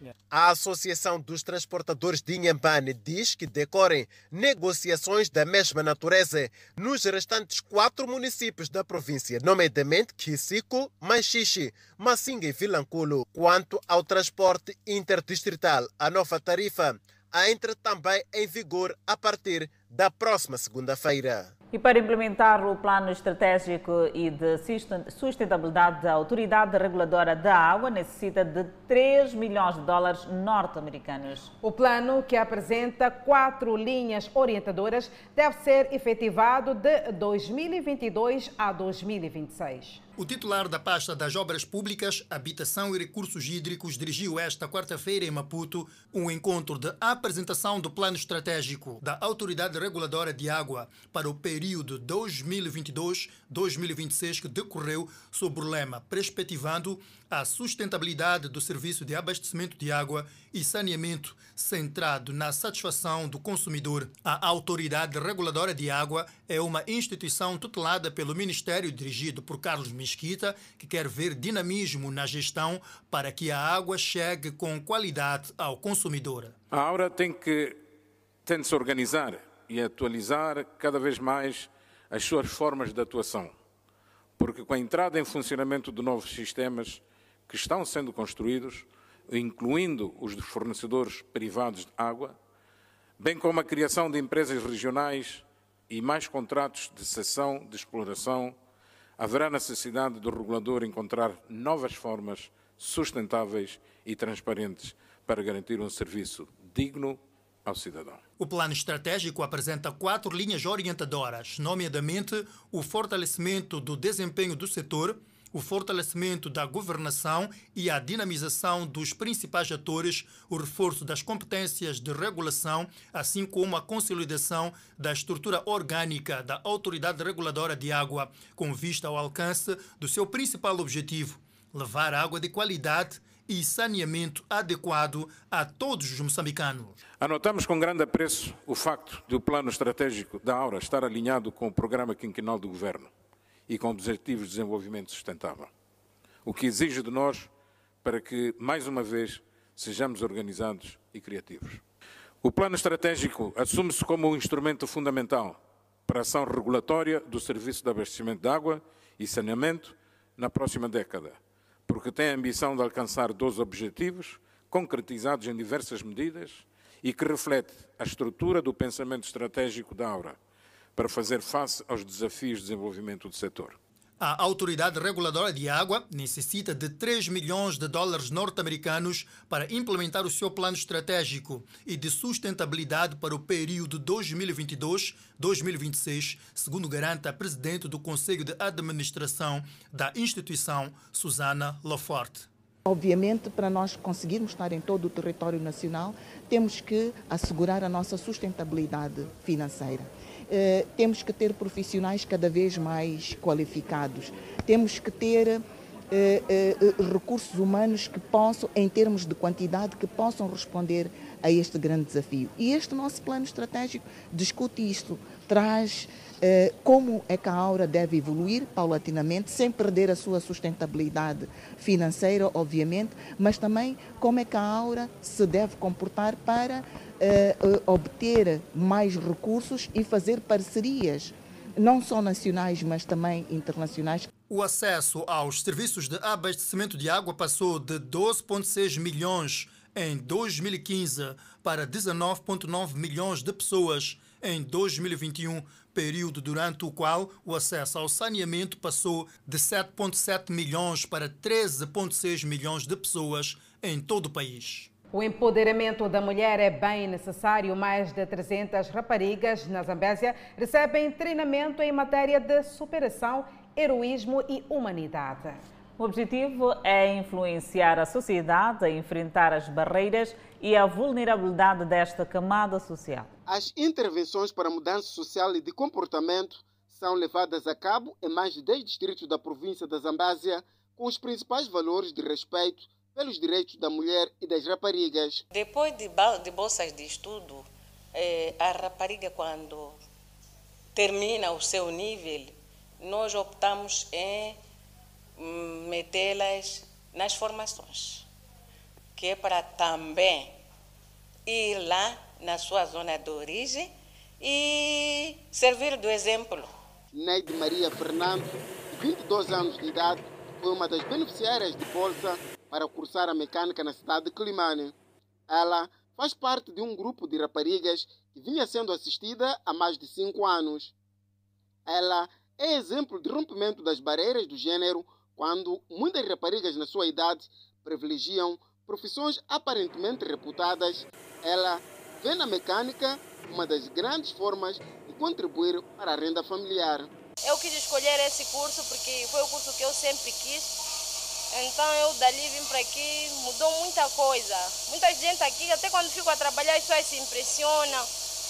A Associação dos Transportadores de Inhambane diz que decorrem negociações da mesma natureza nos restantes quatro municípios da província, nomeadamente Quisico, Machixe, Massinga e Vilanculo. Quanto ao transporte interdistrital, a nova tarifa entra também em vigor a partir da próxima segunda-feira. E para implementar o plano estratégico e de sustentabilidade, a Autoridade Reguladora da Água necessita de três milhões de dólares norte-americanos. O plano, que apresenta quatro linhas orientadoras, deve ser efetivado de dois mil e vinte e dois a dois mil e vinte e seis. O titular da pasta das Obras Públicas, Habitação e Recursos Hídricos dirigiu esta quarta-feira em Maputo um encontro de apresentação do Plano Estratégico da Autoridade Reguladora de Água para o período dois mil e vinte e dois a dois mil e vinte e seis, que decorreu sob o lema Perspectivando a Sustentabilidade do Serviço de Abastecimento de Água e Saneamento, centrado na satisfação do consumidor. A Autoridade Reguladora de Água é uma instituição tutelada pelo Ministério, dirigido por Carlos Mesquita, que quer ver dinamismo na gestão para que a água chegue com qualidade ao consumidor. A Aura tem que, tem de se organizar e atualizar cada vez mais as suas formas de atuação, porque com a entrada em funcionamento de novos sistemas que estão sendo construídos, incluindo os dos fornecedores privados de água, bem como a criação de empresas regionais e mais contratos de cessão de exploração, haverá necessidade do regulador encontrar novas formas sustentáveis e transparentes para garantir um serviço digno ao cidadão. O plano estratégico apresenta quatro linhas orientadoras, nomeadamente o fortalecimento do desempenho do setor, o fortalecimento da governação e a dinamização dos principais atores, o reforço das competências de regulação, assim como a consolidação da estrutura orgânica da Autoridade Reguladora de Água, com vista ao alcance do seu principal objetivo: levar água de qualidade e saneamento adequado a todos os moçambicanos. Anotamos com grande apreço o facto de o plano estratégico da Aura estar alinhado com o programa quinquenal do Governo e com objetivos de desenvolvimento sustentável, o que exige de nós para que, mais uma vez, sejamos organizados e criativos. O plano estratégico assume-se como um instrumento fundamental para a ação regulatória do Serviço de Abastecimento de Água e Saneamento na próxima década, porque tem a ambição de alcançar doze objetivos concretizados em diversas medidas e que reflete a estrutura do pensamento estratégico da Aura para fazer face aos desafios de desenvolvimento do setor. A Autoridade Reguladora de Água necessita de três milhões de dólares norte-americanos para implementar o seu plano estratégico e de sustentabilidade para o período dois mil e vinte e dois a dois mil e vinte e seis, segundo garante a presidente do Conselho de Administração da instituição, Susana Laforte. Obviamente, para nós conseguirmos estar em todo o território nacional, temos que assegurar a nossa sustentabilidade financeira. Uh, temos que ter profissionais cada vez mais qualificados. Temos que ter uh, uh, recursos humanos que possam, em termos de quantidade, que possam responder a este grande desafio. E este nosso plano estratégico discute isto, traz uh, como é que a Aura deve evoluir paulatinamente, sem perder a sua sustentabilidade financeira, obviamente, mas também como é que a Aura se deve comportar para Uh, uh, obter mais recursos e fazer parcerias, não só nacionais, mas também internacionais. O acesso aos serviços de abastecimento de água passou de doze vírgula seis milhões em dois mil e quinze para dezenove vírgula nove milhões de pessoas em dois mil e vinte e um, período durante o qual o acesso ao saneamento passou de sete vírgula sete milhões para treze vírgula seis milhões de pessoas em todo o país. O empoderamento da mulher é bem necessário. Mais de trezentas raparigas na Zambésia recebem treinamento em matéria de superação, heroísmo e humanidade. O objetivo é influenciar a sociedade a enfrentar as barreiras e a vulnerabilidade desta camada social. As intervenções para a mudança social e de comportamento são levadas a cabo em mais de dez distritos da província da Zambésia, com os principais valores de respeito pelos direitos da mulher e das raparigas. Depois de, de bolsas de estudo, eh, a rapariga, quando termina o seu nível, nós optamos em metê-las nas formações, que é para também ir lá na sua zona de origem e servir do exemplo. Neide Maria Fernando, de vinte e dois anos de idade, foi uma das beneficiárias de bolsa para cursar a mecânica na cidade de Quilimane. Ela faz parte de um grupo de raparigas que vinha sendo assistida há mais de cinco anos. Ela é exemplo de rompimento das barreiras do gênero, quando muitas raparigas na sua idade privilegiam profissões aparentemente reputadas. Ela vê na mecânica uma das grandes formas de contribuir para a renda familiar. Eu quis escolher esse curso porque foi o curso que eu sempre quis. Então eu dali vim para aqui, mudou muita coisa. Muita gente aqui, até quando fico a trabalhar, as pessoas se impressionam.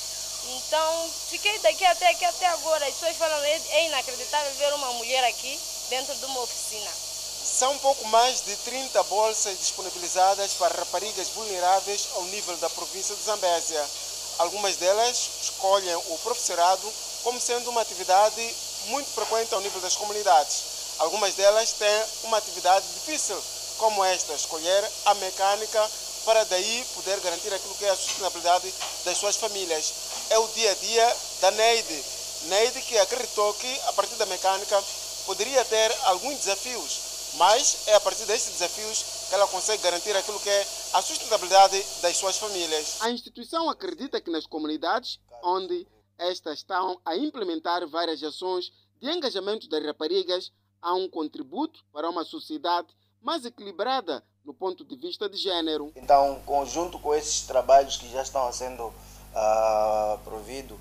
Então fiquei daqui até aqui até agora. As pessoas falam, é inacreditável ver uma mulher aqui dentro de uma oficina. São pouco mais de trinta bolsas disponibilizadas para raparigas vulneráveis ao nível da província de Zambésia. Algumas delas escolhem o professorado como sendo uma atividade muito frequente ao nível das comunidades. Algumas delas têm uma atividade difícil, como esta, escolher a mecânica para daí poder garantir aquilo que é a sustentabilidade das suas famílias. É o dia a dia da Neide. Neide que acreditou que a partir da mecânica poderia ter alguns desafios, mas é a partir destes desafios que ela consegue garantir aquilo que é a sustentabilidade das suas famílias. A instituição acredita que nas comunidades onde estas estão a implementar várias ações de engajamento das raparigas, há um contributo para uma sociedade mais equilibrada no ponto de vista de gênero. Então, conjunto com esses trabalhos que já estão sendo uh, providos,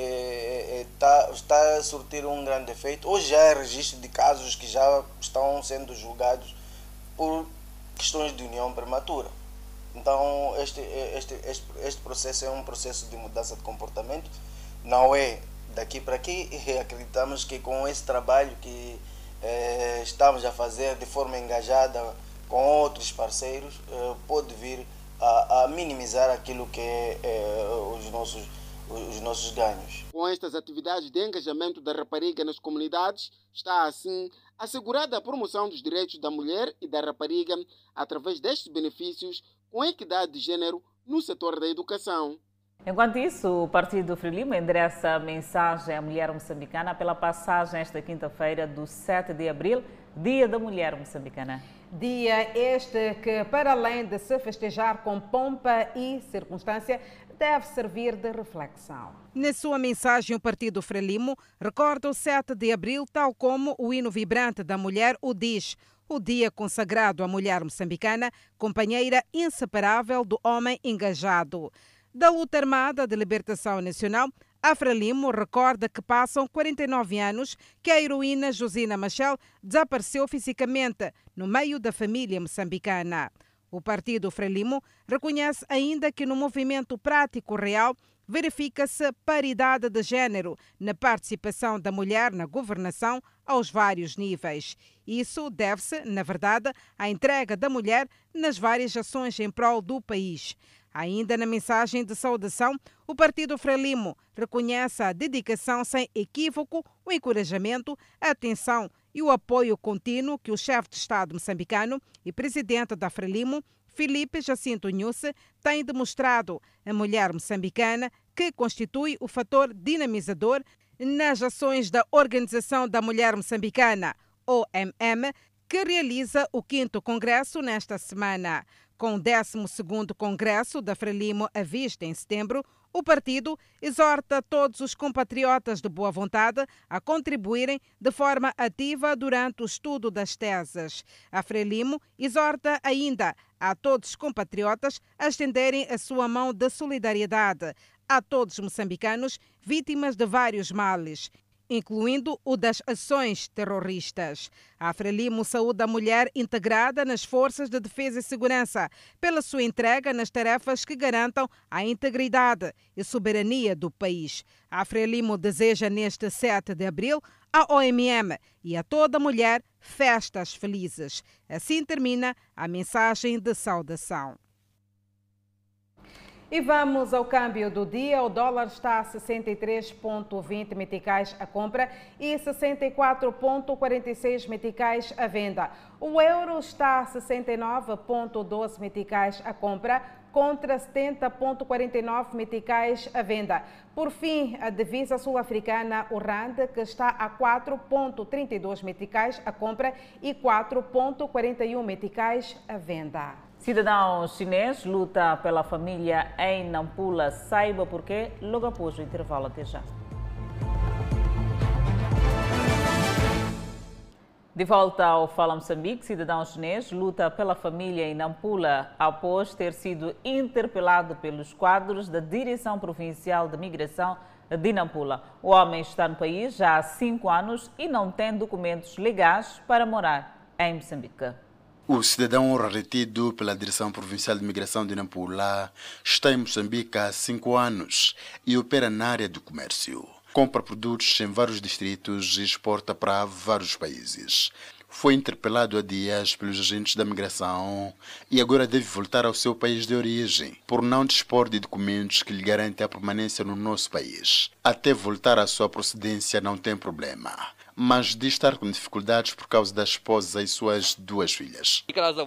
é, é, tá, está a surtir um grande efeito. Hoje já há registro de casos que já estão sendo julgados por questões de união prematura. Então, este, este, este, este processo é um processo de mudança de comportamento, não é daqui para aqui, e acreditamos que com esse trabalho que eh, estamos a fazer de forma engajada com outros parceiros, eh, pode vir a, a minimizar aquilo que é eh, os, nossos, os nossos ganhos. Com estas atividades de engajamento da rapariga nas comunidades, está assim assegurada a promoção dos direitos da mulher e da rapariga através destes benefícios com equidade de gênero no setor da educação. Enquanto isso, o Partido Frelimo endereça mensagem à mulher moçambicana pela passagem esta quinta-feira do sete de abril, Dia da Mulher Moçambicana. Dia este que, para além de se festejar com pompa e circunstância, deve servir de reflexão. Na sua mensagem, o Partido Frelimo recorda o sete de abril, tal como o hino vibrante da mulher o diz. O dia consagrado à mulher moçambicana, companheira inseparável do homem engajado. Da luta armada de libertação nacional, a Frelimo recorda que passam quarenta e nove anos que a heroína Josina Machel desapareceu fisicamente no meio da família moçambicana. O Partido Frelimo reconhece ainda que no movimento prático real verifica-se paridade de género na participação da mulher na governação aos vários níveis. Isso deve-se, na verdade, à entrega da mulher nas várias ações em prol do país. Ainda na mensagem de saudação, o Partido Frelimo reconhece a dedicação sem equívoco, o encorajamento, a atenção e o apoio contínuo que o chefe de Estado moçambicano e presidente da Frelimo, Filipe Jacinto Nyusi, tem demonstrado à mulher moçambicana, que constitui o fator dinamizador nas ações da Organização da Mulher Moçambicana, O M M, que realiza o quinto congresso nesta semana. Com o décimo segundo Congresso da Frelimo à vista em setembro, o partido exorta todos os compatriotas de boa vontade a contribuírem de forma ativa durante o estudo das teses. A Frelimo exorta ainda a todos os compatriotas a estenderem a sua mão de solidariedade a todos os moçambicanos vítimas de vários males, incluindo o das ações terroristas. A Frelimo saúda a mulher integrada nas forças de defesa e segurança pela sua entrega nas tarefas que garantam a integridade e soberania do país. A Frelimo deseja neste sete de abril à O M M e a toda mulher festas felizes. Assim termina a mensagem de saudação. E vamos ao câmbio do dia. O dólar está a sessenta e três vírgula vinte meticais a compra e sessenta e quatro vírgula quarenta e seis meticais a venda. O euro está a sessenta e nove vírgula doze meticais a compra contra setenta vírgula quarenta e nove meticais à venda. Por fim, a divisa sul-africana, o rand, que está a quatro vírgula trinta e dois meticais à compra e quatro vírgula quarenta e um meticais à venda. Cidadão chinês luta pela família em Nampula. Saiba porquê logo após o intervalo. Até já. De volta ao Fala Moçambique, cidadão chinês luta pela família em Nampula após ter sido interpelado pelos quadros da Direção Provincial de Migração de Nampula. O homem está no país já há cinco anos e não tem documentos legais para morar em Moçambique. O cidadão retido pela Direção Provincial de Migração de Nampula está em Moçambique há cinco anos e opera na área do comércio. Compra produtos em vários distritos e exporta para vários países. Foi interpelado há dias pelos agentes da migração e agora deve voltar ao seu país de origem, por não dispor de documentos que lhe garantem a permanência no nosso país. Até voltar à sua procedência não tem problema, mas diz estar com dificuldades por causa da esposa e suas duas filhas.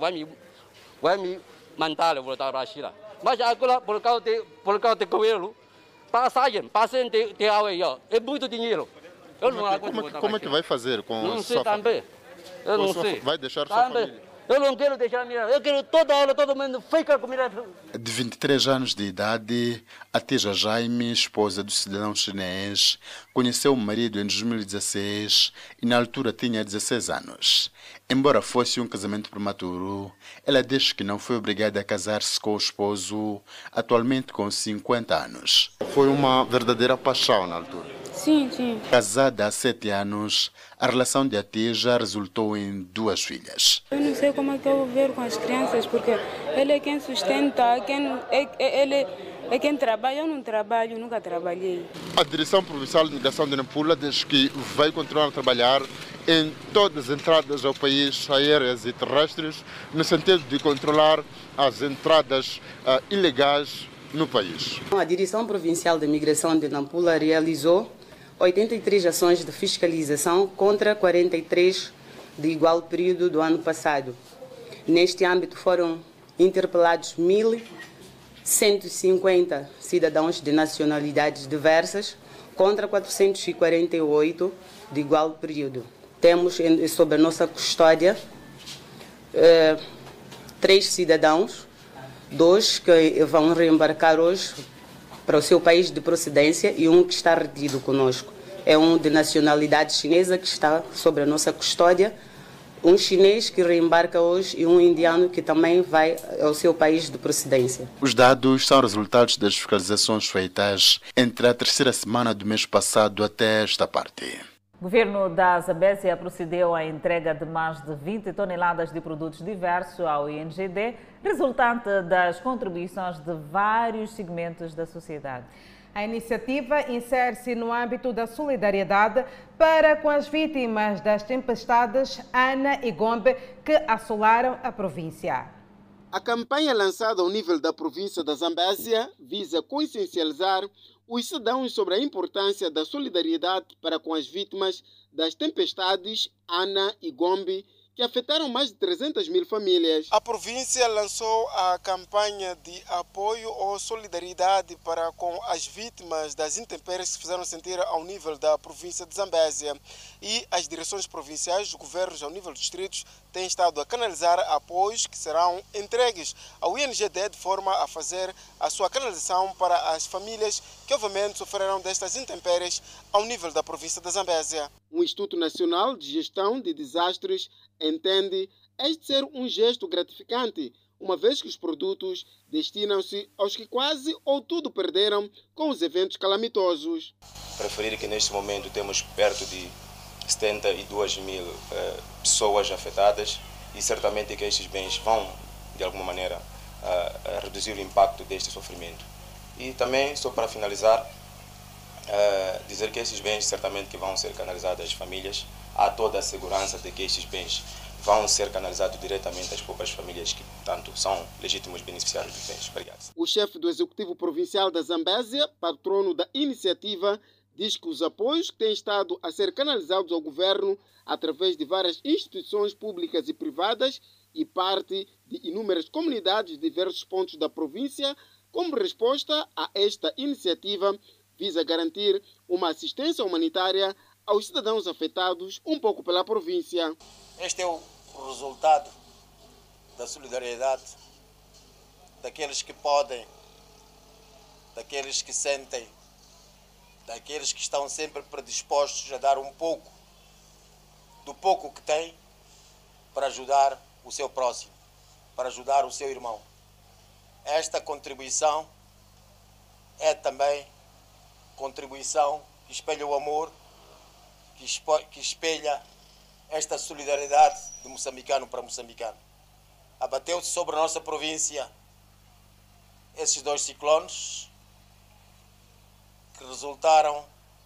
Mas agora, por causa de, por causa de governo, passagem, passagem de, de avião, é muito dinheiro. Eu como, não como, como é que vai fazer com não a sei sua também. Eu não sua, sei. Vai deixar também. sua família? Eu não quero deixar a minha. Eu quero toda hora, todo mundo fica comigo. De vinte e três anos de idade, a Teja Jaime, esposa do cidadão chinês, conheceu o marido em dois mil e dezesseis e na altura tinha dezesseis anos. Embora fosse um casamento prematuro, ela diz que não foi obrigada a casar-se com o esposo, atualmente com cinquenta anos. Foi uma verdadeira paixão na altura. Sim, sim. Casada há sete anos, a relação de Ateja resultou em duas filhas. Eu não sei como é que eu vou ver com as crianças, porque ele é quem sustenta, quem, é, é, ele é quem trabalha. Eu não trabalho, nunca trabalhei. A Direção Provincial de Migração de Nampula diz que vai continuar a trabalhar em todas as entradas ao país, aéreas e terrestres, no sentido de controlar as entradas uh, ilegais no país. A Direção Provincial de Migração de Nampula realizou oitenta e três ações de fiscalização contra quarenta e três de igual período do ano passado. Neste âmbito foram interpelados mil cento e cinquenta cidadãos de nacionalidades diversas contra quatrocentos e quarenta e oito de igual período. Temos sob a nossa custódia eh, três cidadãos, dois que vão reembarcar hoje para o seu país de procedência e um que está retido conosco. É um de nacionalidade chinesa que está sob a nossa custódia, um chinês que reembarca hoje e um indiano que também vai ao seu país de procedência. Os dados são resultados das fiscalizações feitas entre a terceira semana do mês passado até esta parte. O governo da Zambésia procedeu à entrega de mais de vinte toneladas de produtos diversos ao I N G D, resultante das contribuições de vários segmentos da sociedade. A iniciativa insere-se no âmbito da solidariedade para com as vítimas das tempestades Ana e Gombe que assolaram a província. A campanha lançada ao nível da província da Zambésia visa consciencializar os cidadãos sobre a importância da solidariedade para com as vítimas das tempestades Ana e Gombe, que afetaram mais de trezentas mil famílias. A província lançou a campanha de apoio ou solidariedade para com as vítimas das intempéries que se fizeram sentir ao nível da província de Zambésia. E as direções provinciais, os governos ao nível dos distritos, têm estado a canalizar apoios que serão entregues ao I N G D de forma a fazer a sua canalização para as famílias que obviamente sofrerão destas intempéries ao nível da província de Zambésia. O Instituto Nacional de Gestão de Desastres entende este ser um gesto gratificante, uma vez que os produtos destinam-se aos que quase ou tudo perderam com os eventos calamitosos. Preferir que neste momento temos perto de setenta e duas mil eh, pessoas afetadas e certamente que estes bens vão, de alguma maneira, uh, reduzir o impacto deste sofrimento. E também, só para finalizar, uh, dizer que estes bens certamente que vão ser canalizados às famílias, há toda a segurança de que estes bens vão ser canalizados diretamente às próprias famílias que, portanto, são legítimos beneficiários dos bens. Obrigado. O chefe do Executivo Provincial da Zambésia, patrono da iniciativa, diz que os apoios que têm estado a ser canalizados ao governo através de várias instituições públicas e privadas e parte de inúmeras comunidades de diversos pontos da província, como resposta a esta iniciativa, visa garantir uma assistência humanitária aos cidadãos afetados um pouco pela província. Este é o resultado da solidariedade daqueles que podem, daqueles que sentem, daqueles que estão sempre predispostos a dar um pouco do pouco que têm para ajudar o seu próximo, para ajudar o seu irmão. Esta contribuição é também contribuição que espelha o amor, que espelha esta solidariedade de moçambicano para moçambicano. Abateu-se sobre a nossa província esses dois ciclones que resultaram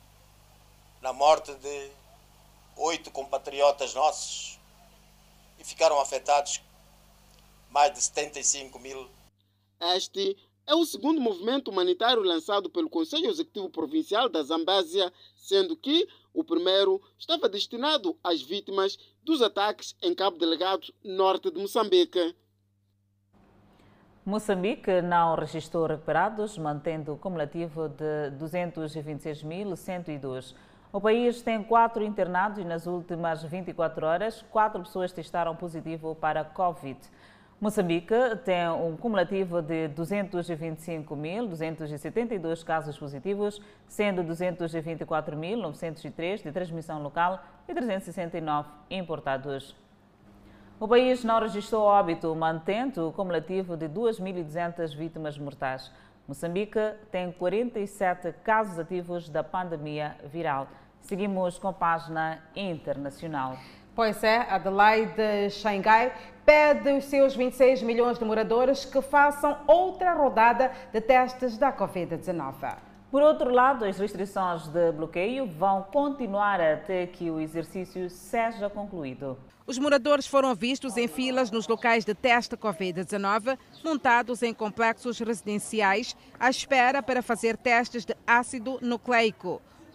na morte de oito compatriotas nossos e ficaram afetados mais de setenta e cinco mil. Este é o segundo movimento humanitário lançado pelo Conselho Executivo Provincial da Zambésia, sendo que o primeiro estava destinado às vítimas dos ataques em Cabo Delgado, norte de Moçambique. Moçambique não registrou recuperados, mantendo o cumulativo de duzentos e vinte e seis mil cento e dois. O país tem quatro internados e nas últimas vinte e quatro horas, quatro pessoas testaram positivo para Covid. Moçambique tem um cumulativo de duzentos e vinte e cinco mil duzentos e setenta e dois casos positivos, sendo duzentos e vinte e quatro mil novecentos e três de transmissão local e trezentos e sessenta e nove importados. O país não registrou óbito, mantendo o cumulativo de duas mil e duzentas vítimas mortais. Moçambique tem quarenta e sete casos ativos da pandemia viral. Seguimos com a página internacional. Pois é, Adelaide Xangai pede os seus vinte e seis milhões de moradores que façam outra rodada de testes da Covid dezenove. Por outro lado, as restrições de bloqueio vão continuar até que o exercício seja concluído. Os moradores foram vistos em filas nos locais de teste Covid dezenove, montados em complexos residenciais, à espera para fazer testes de ácido nucleico.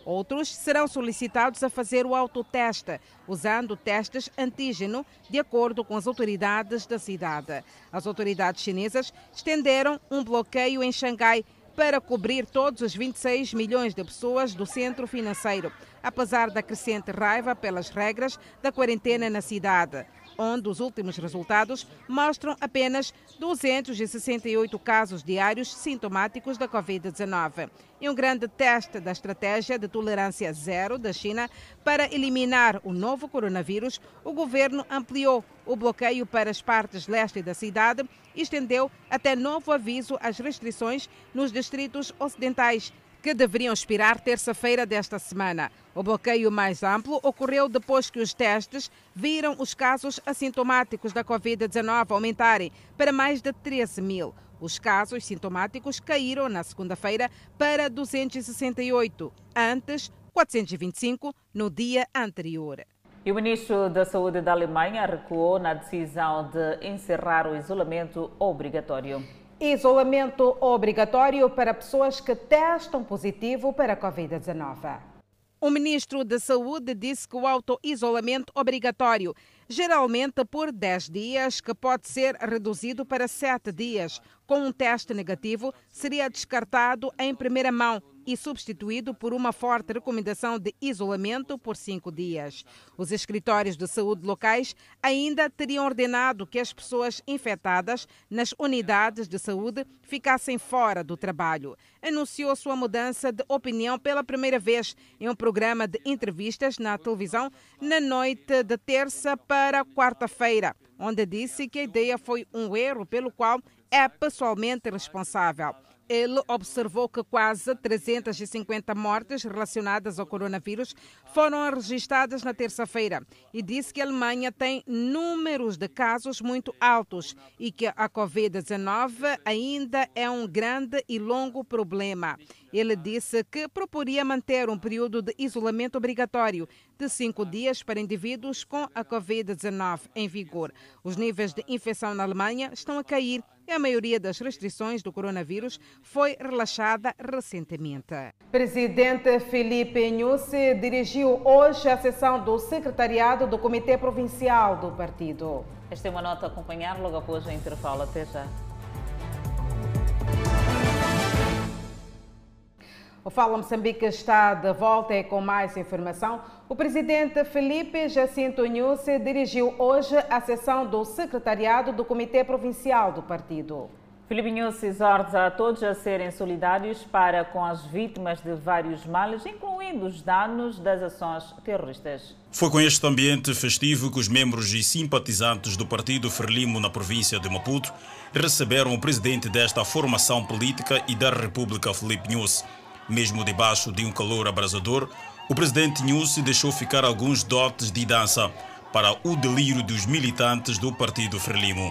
Outros serão solicitados a fazer o autoteste, usando testes antígeno, de acordo com as autoridades da cidade. As autoridades chinesas estenderam um bloqueio em Xangai para cobrir todos os vinte e seis milhões de pessoas do centro financeiro, apesar da crescente raiva pelas regras da quarentena na cidade, onde os últimos resultados mostram apenas duzentos e sessenta e oito casos diários sintomáticos da Covid dezenove. E um grande teste da estratégia de tolerância zero da China para eliminar o novo coronavírus, o governo ampliou o bloqueio para as partes leste da cidade e estendeu até novo aviso as restrições nos distritos ocidentais, que deveriam expirar terça-feira desta semana. O bloqueio mais amplo ocorreu depois que os testes viram os casos assintomáticos da Covid dezenove aumentarem para mais de treze mil. Os casos sintomáticos caíram na segunda-feira para duzentos e sessenta e oito, antes quatrocentos e vinte e cinco no dia anterior. E o ministro da Saúde da Alemanha recuou na decisão de encerrar o isolamento obrigatório. Isolamento obrigatório para pessoas que testam positivo para a Covid dezenove. O ministro da Saúde disse que o auto-isolamento obrigatório, geralmente por dez dias, que pode ser reduzido para sete dias, com um teste negativo, seria descartado em primeira mão e substituído por uma forte recomendação de isolamento por cinco dias. Os escritórios de saúde locais ainda teriam ordenado que as pessoas infectadas nas unidades de saúde ficassem fora do trabalho. Anunciou sua mudança de opinião pela primeira vez em um programa de entrevistas na televisão na noite de terça para quarta-feira, onde disse que a ideia foi um erro pelo qual é pessoalmente responsável. Ele observou que quase trezentas e cinquenta mortes relacionadas ao coronavírus foram registradas na terça-feira e disse que a Alemanha tem números de casos muito altos e que a Covid dezenove ainda é um grande e longo problema. Ele disse que proporia manter um período de isolamento obrigatório de cinco dias para indivíduos com a Covid dezenove em vigor. Os níveis de infecção na Alemanha estão a cair e a maioria das restrições do coronavírus foi relaxada recentemente. Presidente Filipe Nyusi dirigiu hoje a sessão do secretariado do Comitê Provincial do partido. Esta é uma nota a acompanhar logo após o intervalo. Até já. O Fala Moçambique está de volta e com mais informação. O presidente Filipe Jacinto Nyusi dirigiu hoje a sessão do secretariado do Comitê Provincial do partido. Filipe Nyusi exorta a todos a serem solidários para com as vítimas de vários males, incluindo os danos das ações terroristas. Foi com este ambiente festivo que os membros e simpatizantes do partido Frelimo na província de Maputo receberam o presidente desta formação política e da República, Filipe Nyusi. Mesmo debaixo de um calor abrasador, o presidente Nyusi deixou ficar alguns dotes de dança para o delírio dos militantes do partido Frelimo.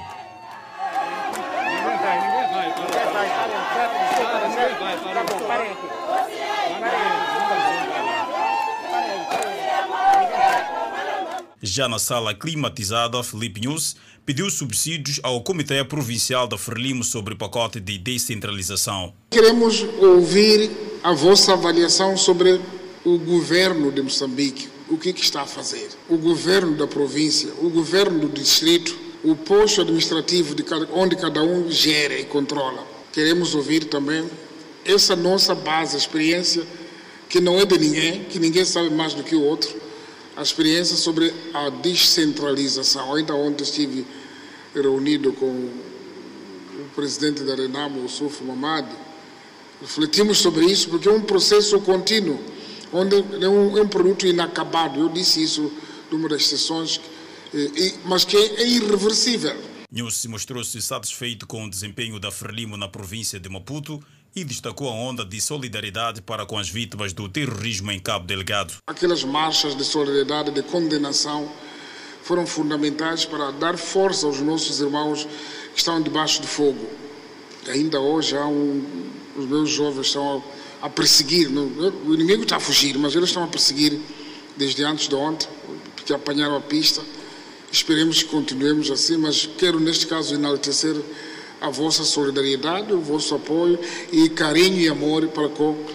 Já na sala climatizada, Filipe Nyusi pediu subsídios ao Comitê Provincial da Frelimo sobre o pacote de descentralização. Queremos ouvir a vossa avaliação sobre o governo de Moçambique, o que, que está a fazer. O governo da província, o governo do distrito, o posto administrativo de cada, onde cada um gera e controla. Queremos ouvir também essa nossa base, a experiência que não é de ninguém, que ninguém sabe mais do que o outro, a experiência sobre a descentralização. Ainda ontem estive reunido com o presidente da Renamo, o Sufo Mamadi. Refletimos sobre isso porque é um processo contínuo, onde é um, é um produto inacabado. Eu disse isso numa das sessões, mas que é irreversível. Nyusi mostrou-se satisfeito com o desempenho da Frelimo na província de Maputo e destacou a onda de solidariedade para com as vítimas do terrorismo em Cabo Delgado. Aquelas marchas de solidariedade, de condenação, foram fundamentais para dar força aos nossos irmãos que estão debaixo de fogo. Ainda hoje há um, os meus jovens estão a, a perseguir, não, o inimigo está a fugir, mas eles estão a perseguir desde antes de ontem, porque apanharam a pista. Esperemos que continuemos assim, mas quero neste caso enaltecer a vossa solidariedade, o vosso apoio e carinho e amor para com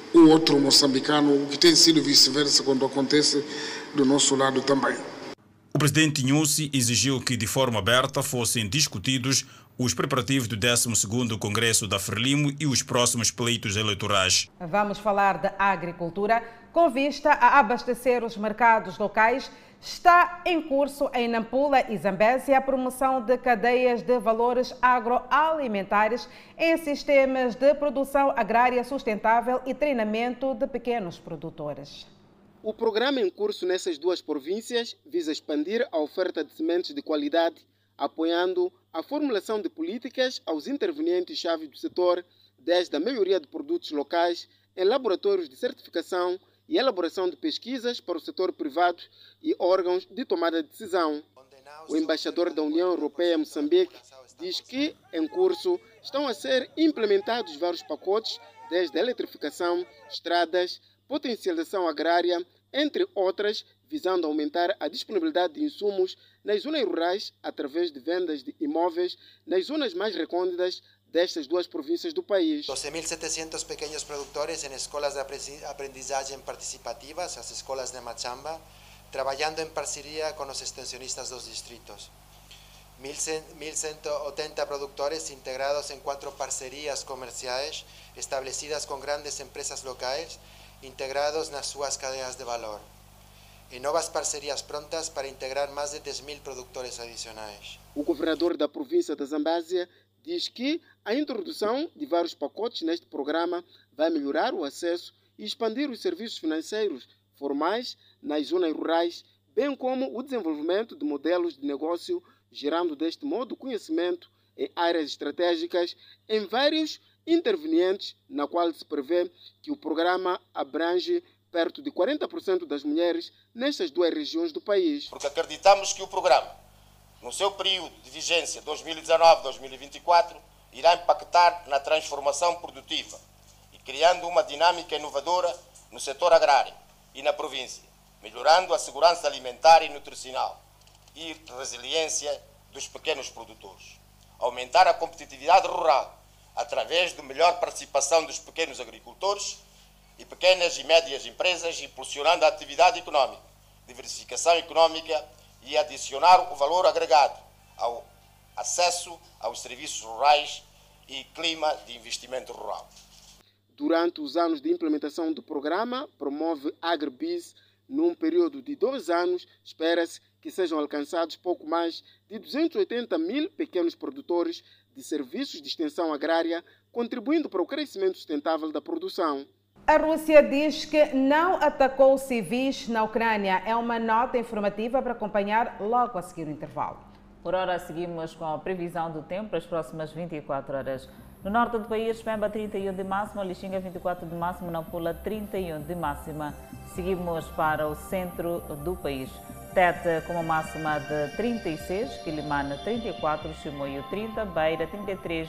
o outro moçambicano, o que tem sido vice-versa quando acontece do nosso lado também. O presidente Nyusi exigiu que de forma aberta fossem discutidos os preparativos do décimo segundo Congresso da Frelimo e os próximos pleitos eleitorais. Vamos falar de agricultura. Com vista a abastecer os mercados locais, está em curso em Nampula e Zambésia a promoção de cadeias de valores agroalimentares em sistemas de produção agrária sustentável e treinamento de pequenos produtores. O programa em curso nessas duas províncias visa expandir a oferta de sementes de qualidade, apoiando a formulação de políticas aos intervenientes-chave do setor, desde a melhoria de produtos locais em laboratórios de certificação e elaboração de pesquisas para o setor privado e órgãos de tomada de decisão. O embaixador da União Europeia em Moçambique diz que, em curso, estão a ser implementados vários pacotes, desde a eletrificação, estradas, potencialização agrária, entre outras, visando aumentar a disponibilidade de insumos nas zonas rurais através de vendas de imóveis nas zonas mais recônditas destas duas províncias do país. doze mil e setecentos pequenos produtores em escolas de aprendizagem participativas, as escolas de Machamba, trabalhando em parceria com os extensionistas dos distritos. mil ciento ochenta produtores integrados em quatro parcerias comerciais estabelecidas com grandes empresas locais, integrados nas suas cadeias de valor. E novas parcerias prontas para integrar mais de dez mil produtores adicionais. O governador da província da Zambésia diz que a introdução de vários pacotes neste programa vai melhorar o acesso e expandir os serviços financeiros formais nas zonas rurais, bem como o desenvolvimento de modelos de negócio, gerando deste modo conhecimento em áreas estratégicas em vários intervenientes, na qual se prevê que o programa abrange perto de quarenta por cento das mulheres nestas duas regiões do país. Porque acreditamos que o programa, no seu período de vigência dois mil e dezanove a dois mil e vinte e quatro, irá impactar na transformação produtiva e criando uma dinâmica inovadora no setor agrário e na província, melhorando a segurança alimentar e nutricional e resiliência dos pequenos produtores, aumentar a competitividade rural através de melhor participação dos pequenos agricultores e pequenas e médias empresas, impulsionando a atividade económica, diversificação económica e adicionar o valor agregado ao acesso aos serviços rurais e clima de investimento rural. Durante os anos de implementação do programa, promove AgriBiz, num período de dois anos, espera-se que sejam alcançados pouco mais de duzentos e oitenta mil pequenos produtores de serviços de extensão agrária, contribuindo para o crescimento sustentável da produção. A Rússia diz que não atacou civis na Ucrânia. É uma nota informativa para acompanhar logo a seguir o intervalo. Por hora, seguimos com a previsão do tempo para as próximas vinte e quatro horas. No norte do país, Pemba trinta e um de máxima, Lixinga vinte e quatro de máxima, Nampula trinta e um de máxima. Seguimos para o centro do país. Tete com uma máxima de trinta e seis, Quilimana trinta e quatro, Chimoio trinta, Beira trinta e três.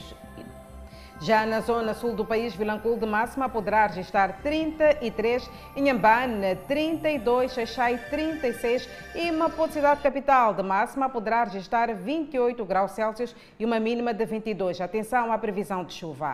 Já na zona sul do país, Vilanculo de máxima poderá registrar trinta e três, Inhambane trinta e dois, Xaixai trinta e seis e Maputo, cidade capital de máxima, poderá registrar vinte e oito graus Celsius e uma mínima de vinte e dois. Atenção à previsão de chuva.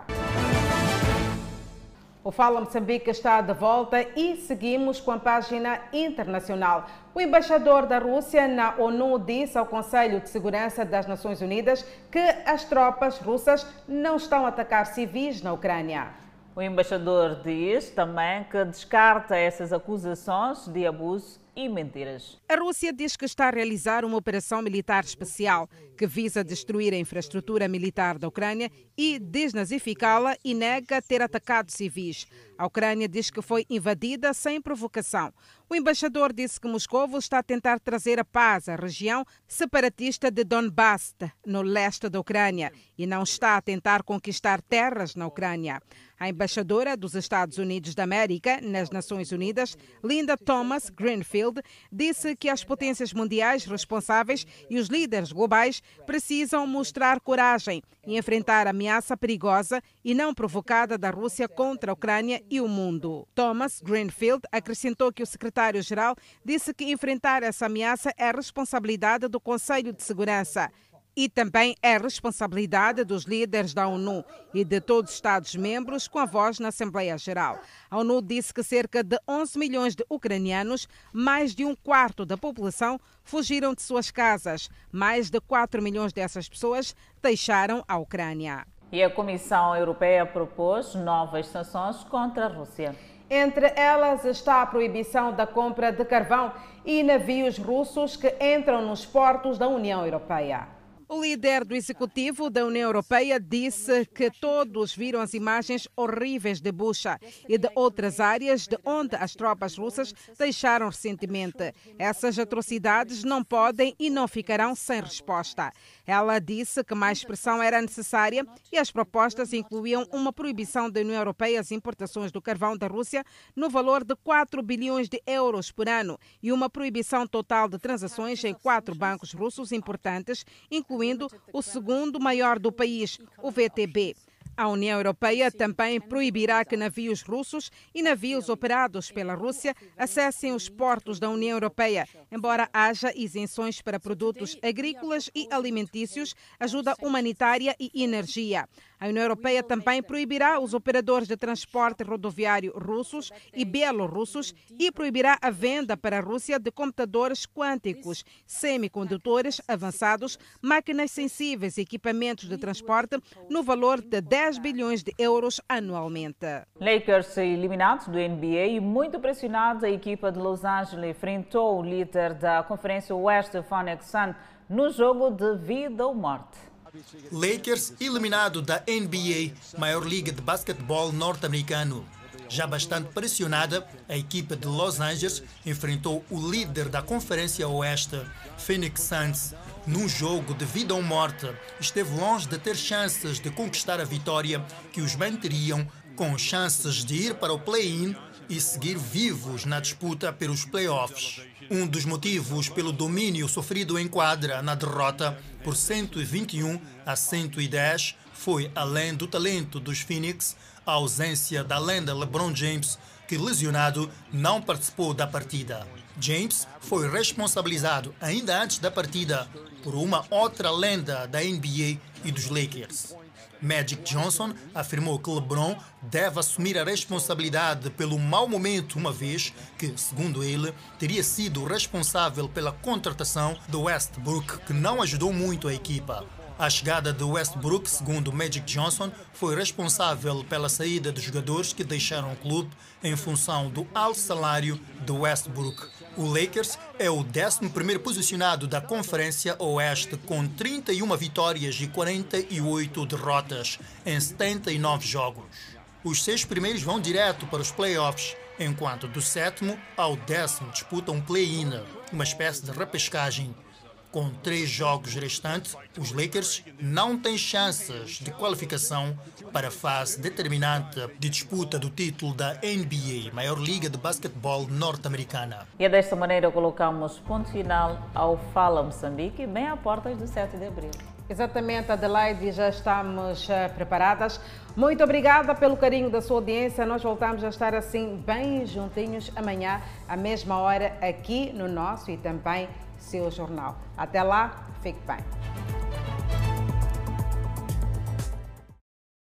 O Fala Moçambique está de volta e seguimos com a página internacional. O embaixador da Rússia na ONU disse ao Conselho de Segurança das Nações Unidas que as tropas russas não estão a atacar civis na Ucrânia. O embaixador diz também que descarta essas acusações de abuso e mentiras. A Rússia diz que está a realizar uma operação militar especial que visa destruir a infraestrutura militar da Ucrânia e desnazificá-la e nega ter atacado civis. A Ucrânia diz que foi invadida sem provocação. O embaixador disse que Moscou está a tentar trazer a paz à região separatista de Donbass, no leste da Ucrânia, e não está a tentar conquistar terras na Ucrânia. A embaixadora dos Estados Unidos da América nas Nações Unidas, Linda Thomas Greenfield, disse que as potências mundiais responsáveis e os líderes globais precisam mostrar coragem e enfrentar a ameaça perigosa e não provocada da Rússia contra a Ucrânia e o mundo. Thomas Greenfield acrescentou que o secretário-geral disse que enfrentar essa ameaça é responsabilidade do Conselho de Segurança E também é responsabilidade dos líderes da ONU e de todos os Estados-membros com a voz na Assembleia Geral. A ONU disse que cerca de onze milhões de ucranianos, mais de um quarto da população, fugiram de suas casas. Mais de quatro milhões dessas pessoas deixaram a Ucrânia. E a Comissão Europeia propôs novas sanções contra a Rússia. Entre elas está a proibição da compra de carvão e navios russos que entram nos portos da União Europeia. O líder do Executivo da União Europeia disse que todos viram as imagens horríveis de Bucha e de outras áreas de onde as tropas russas deixaram recentemente. Essas atrocidades não podem e não ficarão sem resposta. Ela disse que mais pressão era necessária e as propostas incluíam uma proibição da União Europeia às importações do carvão da Rússia no valor de quatro bilhões de euros por ano e uma proibição total de transações em quatro bancos russos importantes, incluindo incluindo o segundo maior do país, o V T B. A União Europeia também proibirá que navios russos e navios operados pela Rússia acessem os portos da União Europeia, embora haja isenções para produtos agrícolas e alimentícios, ajuda humanitária e energia. A União Europeia também proibirá os operadores de transporte rodoviário russos e bielorrussos e proibirá a venda para a Rússia de computadores quânticos, semicondutores avançados, máquinas sensíveis e equipamentos de transporte no valor de dez bilhões de euros anualmente. Lakers eliminados do N B A e muito pressionados, a equipa de Los Angeles enfrentou o líder da Conferência Oeste, Phoenix Suns, no jogo de vida ou morte. Lakers eliminado da N B A, maior liga de basquetebol norte-americano. Já bastante pressionada, a equipa de Los Angeles enfrentou o líder da Conferência Oeste, Phoenix Suns, num jogo de vida ou morte. Esteve longe de ter chances de conquistar a vitória que os manteriam com chances de ir para o play-in e seguir vivos na disputa pelos playoffs. Um dos motivos pelo domínio sofrido em quadra na derrota por cento e vinte e um a cento e dez foi, além do talento dos Phoenix, a ausência da lenda LeBron James, que, lesionado, não participou da partida. James foi responsabilizado ainda antes da partida por uma outra lenda da N B A e dos Lakers. Magic Johnson afirmou que LeBron deve assumir a responsabilidade pelo mau momento, uma vez que, segundo ele, teria sido responsável pela contratação de Westbrook, que não ajudou muito a equipa. A chegada de Westbrook, segundo Magic Johnson, foi responsável pela saída dos jogadores que deixaram o clube em função do alto salário de Westbrook. O Lakers é o décimo primeiro posicionado da Conferência Oeste com trinta e uma vitórias e quarenta e oito derrotas em setenta e nove jogos. Os seis primeiros vão direto para os playoffs, enquanto do sétimo ao décimo disputam um play-in, uma espécie de repescagem. Com três jogos restantes, os Lakers não têm chances de qualificação para a fase determinante de disputa do título da N B A, maior liga de basquetebol norte-americana. E é desta maneira colocamos ponto final ao Fala Moçambique, bem à portas do sete de abril. Exatamente, Adelaide, já estamos uh, preparadas. Muito obrigada pelo carinho da sua audiência. Nós voltamos a estar assim bem juntinhos amanhã, à mesma hora, aqui no nosso e também seu jornal. Até lá, fique bem.